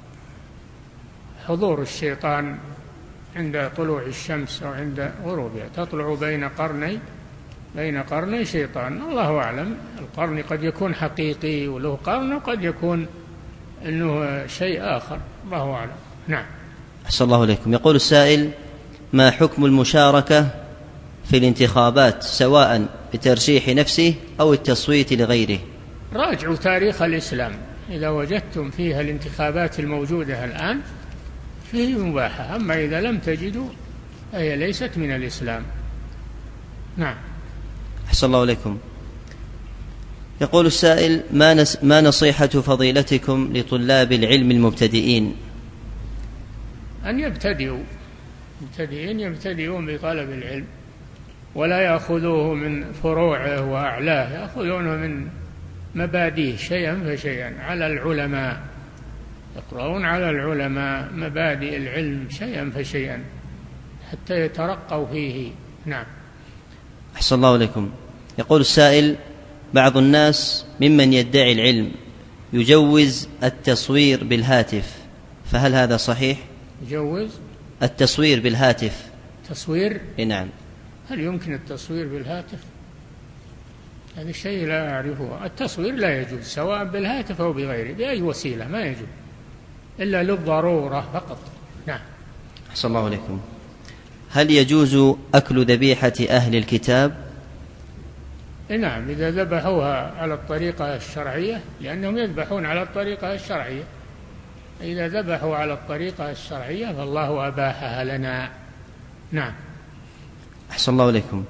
حضور الشيطان عند طلوع الشمس أو عند غروبها، تطلع بين قرني بين قرني شيطان. الله أعلم، القرن قد يكون حقيقي وله قرن، وقد يكون أنه شيء آخر، الله أعلم. نعم. أحسن الله إليكم. يقول السائل: ما حكم المشاركة في الانتخابات سواء بترشيح نفسه أو التصويت لغيره؟ راجعوا تاريخ الإسلام، إذا وجدتم فيها الانتخابات الموجودة الآن فيه مباحة، أما إذا لم تجدوا فهي ليست من الإسلام. نعم. أحسن الله إليكم. يقول السائل: ما, نس ما نصيحة فضيلتكم لطلاب العلم المبتدئين؟ أن يبتدئوا مبتدئين يبتدئون بطلب العلم، ولا يأخذوه من فروعه وأعلاه، يأخذونه من مبادئه شيئا فشيئا على العلماء، يقرؤون على العلماء مبادئ العلم شيئا فشيئا حتى يترقوا فيه. نعم. أحسن الله إليكم. يقول السائل: بعض الناس ممن يدعي العلم يجوز التصوير بالهاتف، فهل هذا صحيح؟ يجوز التصوير بالهاتف. تصوير؟ نعم. هل يمكن التصوير بالهاتف؟ هذا الشيء لا أعرفه. التصوير لا يجوز سواء بالهاتف أو بغيره، بأي وسيلة ما يجوز إلا للضرورة فقط. نعم. أحسن الله عليكم. هل يجوز أكل ذبيحة أهل الكتاب؟ نعم، إذا ذبحوها على الطريقة الشرعية، لأنهم يذبحون على الطريقة الشرعية، إذا ذبحوا على الطريقة الشرعية فالله أباحها لنا. نعم. أحسن الله عليكم.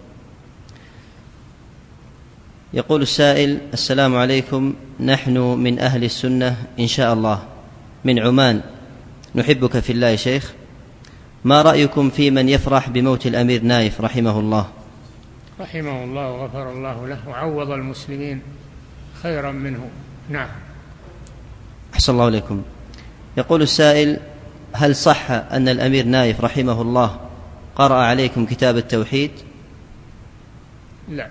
يقول السائل: السلام عليكم، نحن من أهل السنة إن شاء الله من عمان، نحبك في الله يا شيخ، ما رأيكم في من يفرح بموت الأمير نايف رحمه الله؟ رحمه الله وغفر الله له وعوض المسلمين خيرا منه. نعم. أحسن الله عليكم. يقول السائل: هل صح أن الأمير نايف رحمه الله قرأ عليكم كتاب التوحيد؟ لا.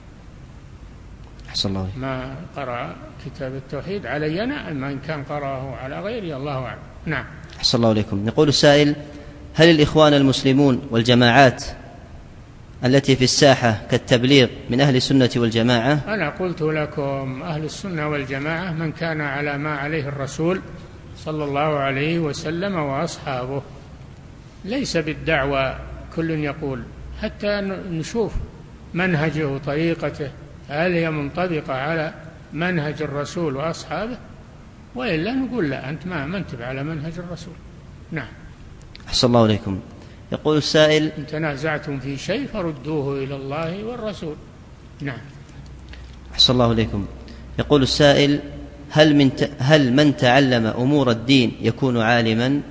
أحسن الله عليكم. ما قرأ كتاب التوحيد علي أنا، أما إن كان قرأه على غيري الله أعلم. نعم. أحسن الله عليكم. يقول السائل: هل الإخوان المسلمون والجماعات التي في الساحة كالتبليغ من أهل السنة والجماعة؟ أنا قلت لكم أهل السنة والجماعة من كان على ما عليه الرسول صلى الله عليه وسلم وأصحابه، ليس بالدعوة كل يقول، حتى نشوف منهجه وطريقته هل هي منطبقة على منهج الرسول وأصحابه، وإلا نقول لا، أنت ما منتبه على منهج الرسول. نعم. أحسن الله عليكم. يقول السائل: إن تنازعتم في شيء فردوه إلى الله والرسول. نعم. أحسن الله عليكم. يقول السائل: هل من ت... هل من تعلم أمور الدين يكون عالما؟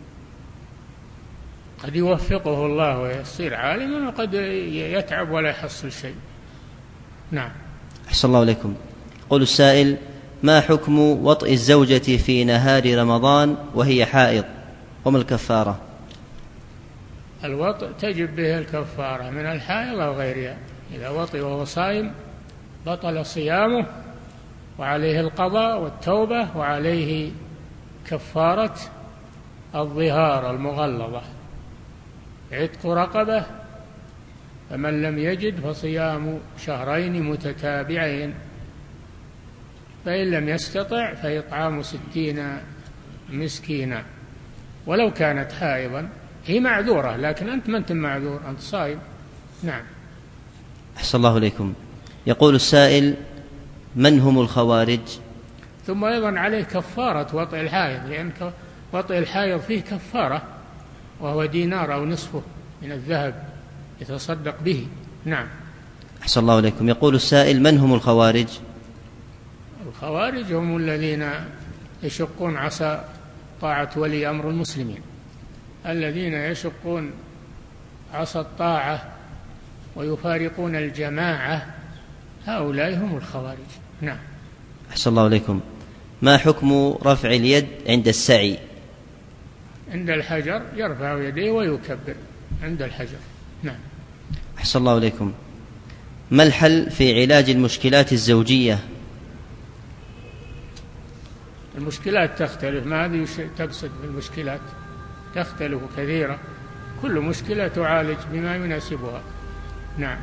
قد يوفقه الله ويصير عالما، وقد يتعب ولا يحصل شيء. نعم. أحسن الله عليكم. يقول السائل: ما حكم وطئ الزوجة في نهار رمضان وهي حائض، وما الكفارة؟ الوطء تجب به الكفارة من الحائض أو غيرها. إذا وطئ وهو صائم بطل صيامه، وعليه القضاء والتوبة، وعليه كفارة الظهار المغلظة، عتق رقبة، فمن لم يجد فصيام شهرين متتابعين، فإن لم يستطع فإطعام ستين مسكينا ولو كانت حائضا. هي معذورة، لكن أنت ما أنت معذور، أنت صائم. نعم. أحسن الله إليكم. يقول السائل: من هم الخوارج؟ ثم أيضا عليه كفارة وطئ الحائض، لأن وطئ الحائض فيه كفارة، وهو دينار أو نصفه من الذهب يتصدق به. نعم. أحسن الله إليكم. يقول السائل: من هم الخوارج؟ الخوارج هم الذين يشقون عصا طاعة ولي أمر المسلمين، الذين يشقون عصا الطاعة ويفارقون الجماعة، هؤلاء هم الخوارج. نعم. أحسن الله إليكم. ما حكم رفع اليد عند السعي؟ عند الحجر يرفع يديه ويكبر عند الحجر. نعم. أحسن الله إليكم. ما الحل في علاج المشكلات الزوجية؟ المشكلات تختلف، ما هذه تقصد بالمشكلات، تختلف كثيرة، كل مشكلة تعالج بما يناسبها. نعم.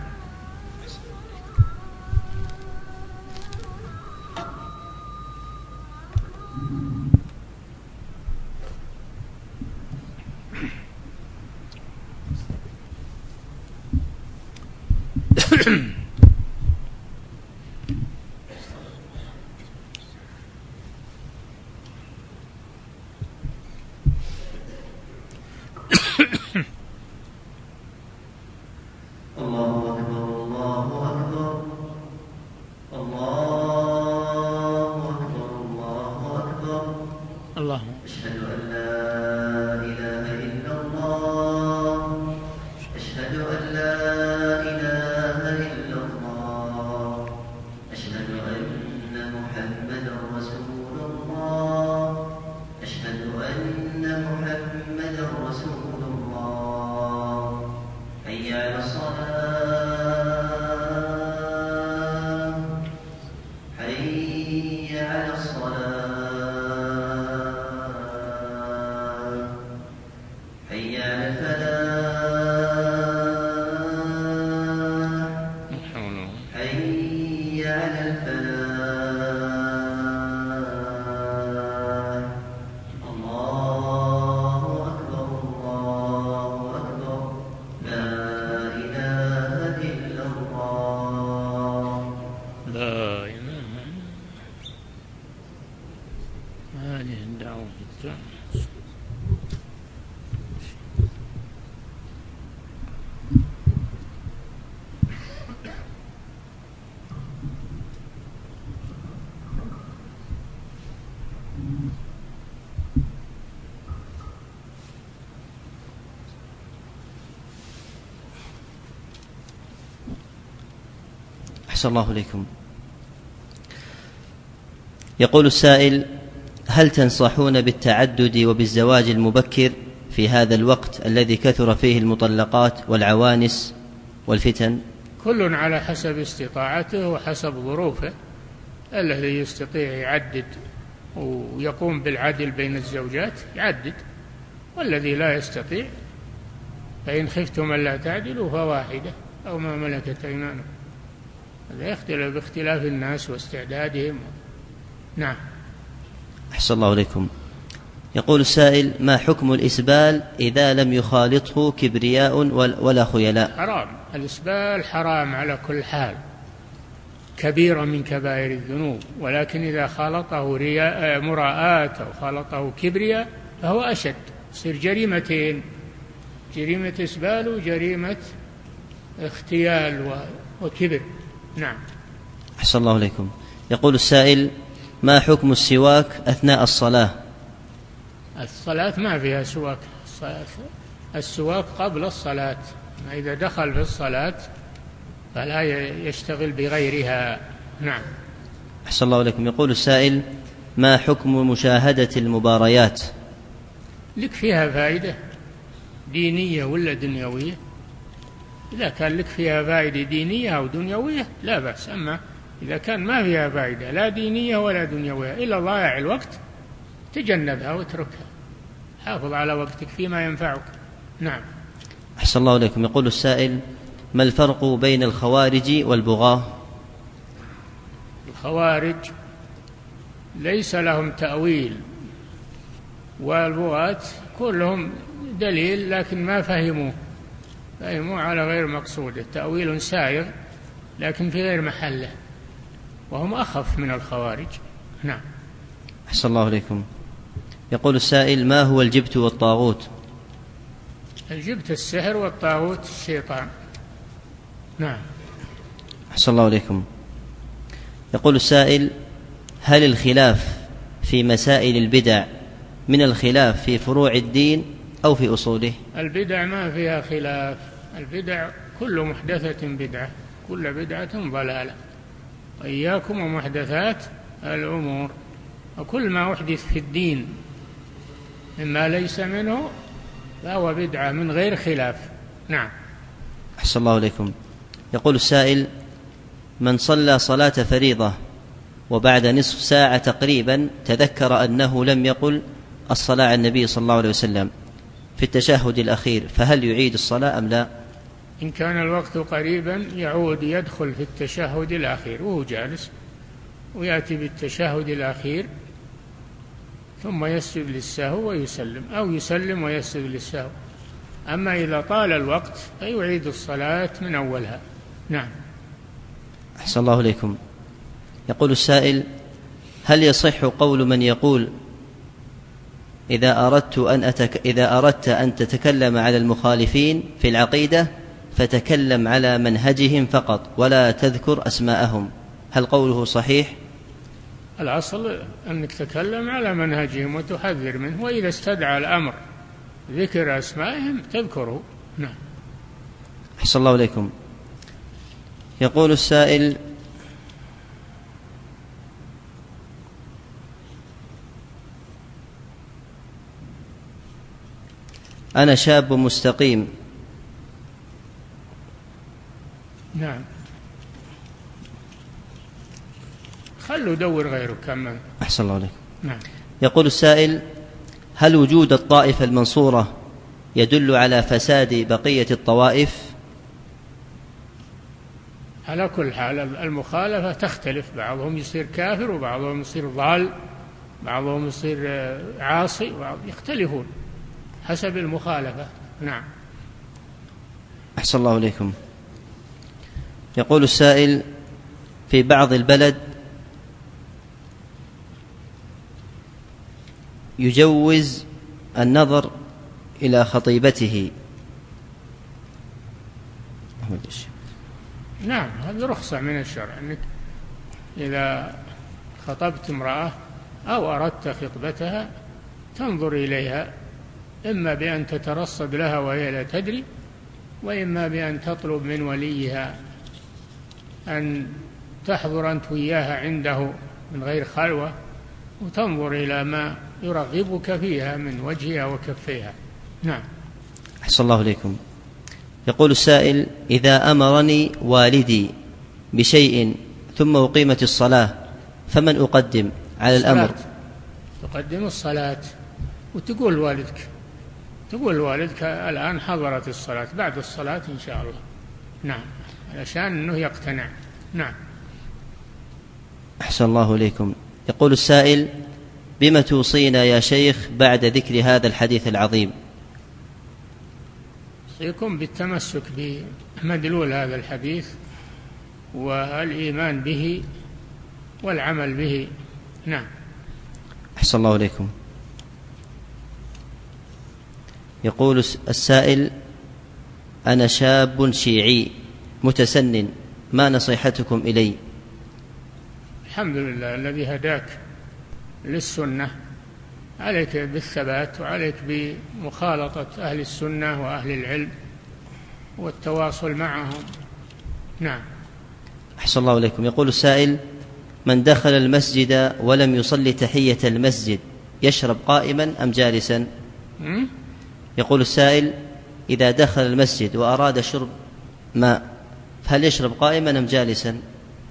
أحسن الله إليكم. يقول السائل: هل تنصحون بالتعدد وبالزواج المبكر في هذا الوقت الذي كثر فيه المطلقات والعوانس والفتن؟ كل على حسب استطاعته وحسب ظروفه. الذي يستطيع يعدد ويقوم بالعدل بين الزوجات يعدد، والذي لا يستطيع فإن خفتم ألا تعدلوا فواحدة أو ما ملكت أيمانكم. هذا يختلف باختلاف الناس واستعدادهم. نعم. أحسن الله إليكم. يقول السائل: ما حكم الإسبال إذا لم يخالطه كبرياء ولا خيلاء؟ حرام. الإسبال حرام على كل حال، كبيرة من كبائر الذنوب، ولكن إذا خالطه رياء مراءات أو خالطه كبرياء فهو أشد، يصير جريمتين: جريمة إسبال وجريمة اختيال وكبر. نعم. أحسن الله إليكم. يقول السائل: ما حكم السواك أثناء الصلاة؟ الصلاة ما فيها سواك، السواك قبل الصلاة، إذا دخل في الصلاة فلا يشتغل بغيرها. نعم. أحسن الله إليكم. يقول السائل: ما حكم مشاهدة المباريات؟ لك فيها فائدة، دينية ولا دنيوية. إذا كان لك فيها فائدة دينية أو دنيوية لا بأس، أما إذا كان ما فيها فائدة لا دينية ولا دنيوية إلا ضياع الوقت تجنبها واتركها، حافظ على وقتك فيما ينفعك. نعم. أحسن الله إليكم. يقول السائل: ما الفرق بين الخوارج والبغاة؟ الخوارج ليس لهم تأويل، والبغاة كلهم دليل لكن ما فهموه، فهموه على غير مقصوده، تأويل سائغ لكن في غير محله، وهم أخف من الخوارج. نعم. أحسن الله إليكم. يقول السائل: ما هو الجبت والطاغوت؟ الجبت السحر والطاغوت الشيطان. نعم. أحسن الله إليكم. يقول السائل: هل الخلاف في مسائل البدع من الخلاف في فروع الدين أو في أصوله؟ البدع ما فيها خلاف، البدع كل محدثة بدعة، كل بدعة ضلالة، وإياكم ومحدثات الأمور، وكل ما أحدث في الدين مما ليس منه فهو بدعة من غير خلاف. نعم. أحسن الله إليكم. يقول السائل: من صلى صلاة فريضة وبعد نصف ساعة تقريبا تذكر أنه لم يقل الصلاة على النبي صلى الله عليه وسلم في التشهد الأخير، فهل يعيد الصلاة أم لا؟ إن كان الوقت قريبا يعود يدخل في التشهد الأخير وهو جالس، ويأتي بالتشهد الأخير ثم يسجد للسهو ويسلم، أو يسلم ويسجد للسهو. أما إذا طال الوقت فيعيد الصلاة من أولها. نعم. أحسن الله إليكم. يقول السائل: هل يصح قول من يقول إذا أردت أن أتك... إذا أردت أن تتكلم على المخالفين في العقيدة فتكلم على منهجهم فقط ولا تذكر أسماءهم، هل قوله صحيح؟ الأصل أنك تتكلم على منهجهم وتحذر منه، وإذا استدعى الأمر ذكر أسمائهم تذكره. نعم. أحسن الله إليكم. يقول السائل: أنا شاب مستقيم. نعم. خلوا دور غيره كمان. أحسن الله عليك. نعم. يقول السائل: هل وجود الطائفة المنصورة يدل على فساد بقية الطوائف؟ على كل حال المخالفة تختلف، بعضهم يصير كافر وبعضهم يصير ضال، بعضهم يصير عاصي، يختلفون حسب المخالفة. نعم. أحسن الله إليكم. يقول السائل: في بعض البلد يجوز النظر إلى خطيبته. نعم، هذه رخصة من الشرع، أنك إذا خطبت امرأة أو أردت خطبتها تنظر إليها، إما بأن تترصد لها وهي لا تدري، وإما بأن تطلب من وليها أن تحضر أنت وياها عنده من غير خلوة، وتنظر إلى ما يرغبك فيها من وجهها وكفيها. نعم. أحسن الله إليكم. يقول السائل: إذا أمرني والدي بشيء ثم أقيمت الصلاة فمن أقدم على الأمر؟ تقدم الصلاة وتقول لوالدك، تقول لوالدك الآن حضرت الصلاة، بعد الصلاة إن شاء الله. نعم، علشان أنه يقتنع. نعم. أحسن الله إليكم. يقول السائل: بما توصينا يا شيخ بعد ذكر هذا الحديث العظيم؟ أوصيكم بالتمسك بمدلول هذا الحديث والإيمان به والعمل به. نعم. أحسن الله إليكم. يقول السائل: أنا شاب شيعي متسنن، ما نصيحتكم إلي؟ الحمد لله الذي هداك للسنة، عليك بالثبات وعليك بمخالطة أهل السنة وأهل العلم والتواصل معهم. نعم. أحسن الله إليكم. يقول السائل: من دخل المسجد ولم يصلي تحية المسجد يشرب قائما أم جالسا؟ م? يقول السائل: إذا دخل المسجد وأراد شرب ماء هل يشرب قائما أم جالسا؟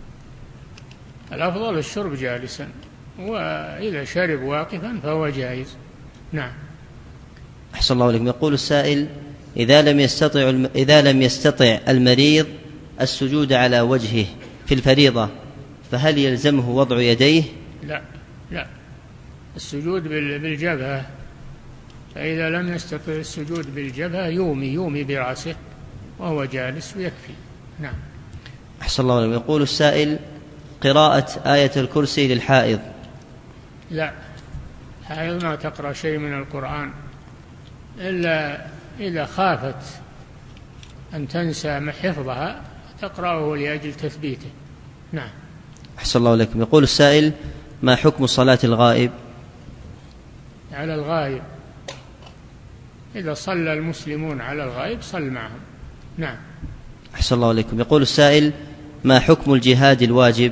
الأفضل الشرب جالسا، وإذا شرب واقفا فهو جائز. نعم. أحسن الله عليكم. يقول السائل: إذا لم يستطع إذا لم يستطع المريض السجود على وجهه في الفريضة فهل يلزمه وضع يديه؟ لا لا، السجود بالجبهة، فإذا لم يستطع السجود بالجبهة يومي يومي برأسه وهو جالس ويكفي. نعم. أحسن الله عليكم. يقول السائل: قراءة آية الكرسي للحائض. لا، الحائض ما تقرأ شيء من القرآن إلا إذا خافت أن تنسى حفظها تقرأه لأجل تثبيته. نعم. أحسن الله عليكم. يقول السائل: ما حكم صلاة الغائب؟ على الغائب إذا صلى المسلمون على الغائب صل معهم. نعم. أحسن الله عليكم. يقول السائل: ما حكم الجهاد الواجب؟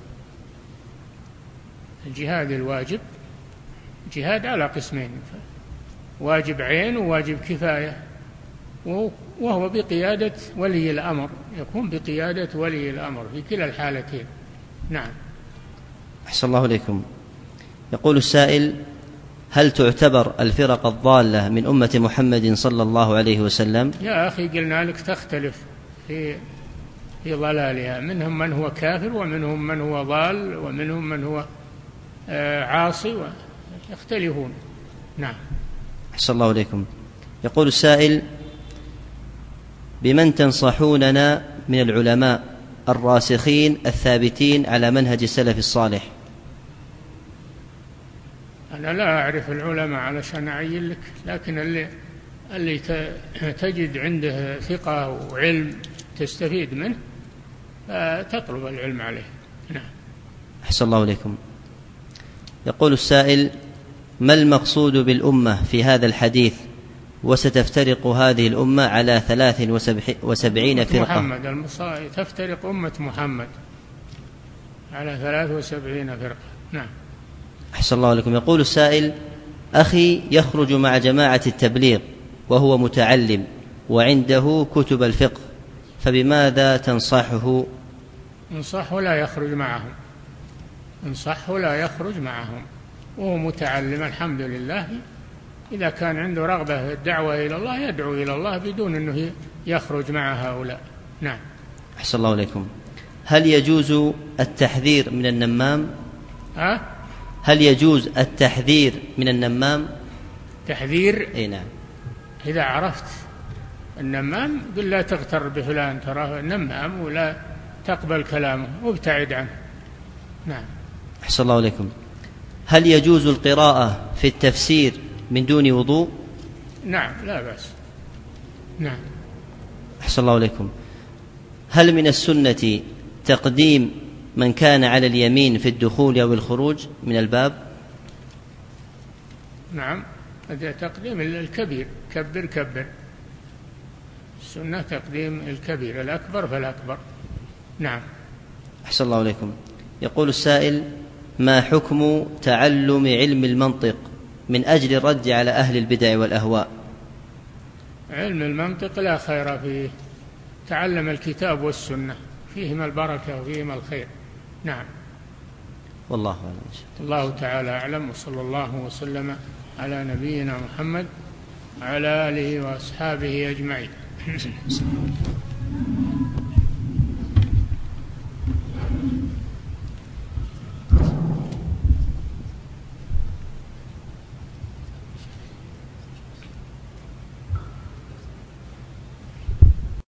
الجهاد الواجب جهاد على قسمين: واجب عين وواجب كفاية، وهو بقيادة ولي الأمر، يكون بقيادة ولي الأمر في كلا الحالتين. نعم. أحسن الله عليكم. يقول السائل: هل تعتبر الفرق الضالة من أمة محمد صلى الله عليه وسلم؟ يا أخي قلنا لك تختلف في في ضلالها، منهم من هو كافر ومنهم من هو ضال ومنهم من هو عاصي، يختلفون. نعم. أحسن الله عليكم. يقول السائل: بمن تنصحوننا من العلماء الراسخين الثابتين على منهج السلف الصالح؟ أنا لا أعرف العلماء علشان أعين لك، لكن اللي اللي تجد عنده ثقة وعلم تستفيد منه تطلب العلم عليه. نعم. أحسن الله عليكم. يقول السائل: ما المقصود بالأمة في هذا الحديث وستفترق هذه الأمة على ثلاث وسبعين فرقة؟ محمد تفترق أمة محمد على ثلاث وسبعين فرقة. نعم. أحسن الله عليكم. يقول السائل: أخي يخرج مع جماعة التبليغ وهو متعلم وعنده كتب الفقه، فبماذا تنصحه؟ انصحه لا يخرج معهم، انصحه لا يخرج معهم وهو متعلم. الحمد لله، إذا كان عنده رغبة في الدعوة إلى الله يدعو إلى الله بدون أنه يخرج مع هؤلاء. نعم. أحسن الله عليكم. هل يجوز التحذير من النمام؟ أه؟ هل يجوز التحذير من النمام؟ تحذير؟ أي نعم. إذا عرفت النمام قل لا تغتر بفلان تراه نمام ولا تقبل كلامه وابتعد عنه. نعم. أحسن الله عليكم. هل يجوز القراءة في التفسير من دون وضوء؟ نعم لا بأس. نعم. أحسن الله عليكم. هل من السنة تقديم من كان على اليمين في الدخول أو الخروج من الباب؟ نعم، هذا تقديم الكبير، كبر كبر، السنة تقديم الكبير، الأكبر فالأكبر. نعم. أحسن الله عليكم. يقول السائل: ما حكم تعلم علم المنطق من أجل الرد على أهل البدع والأهواء؟ علم المنطق لا خير فيه، تعلم الكتاب والسنة، فيهما البركة وفيهما الخير. نعم. والله أعلم. الله تعالى أعلم، وصلى الله وسلم على نبينا محمد وعلى آله وأصحابه أجمعين.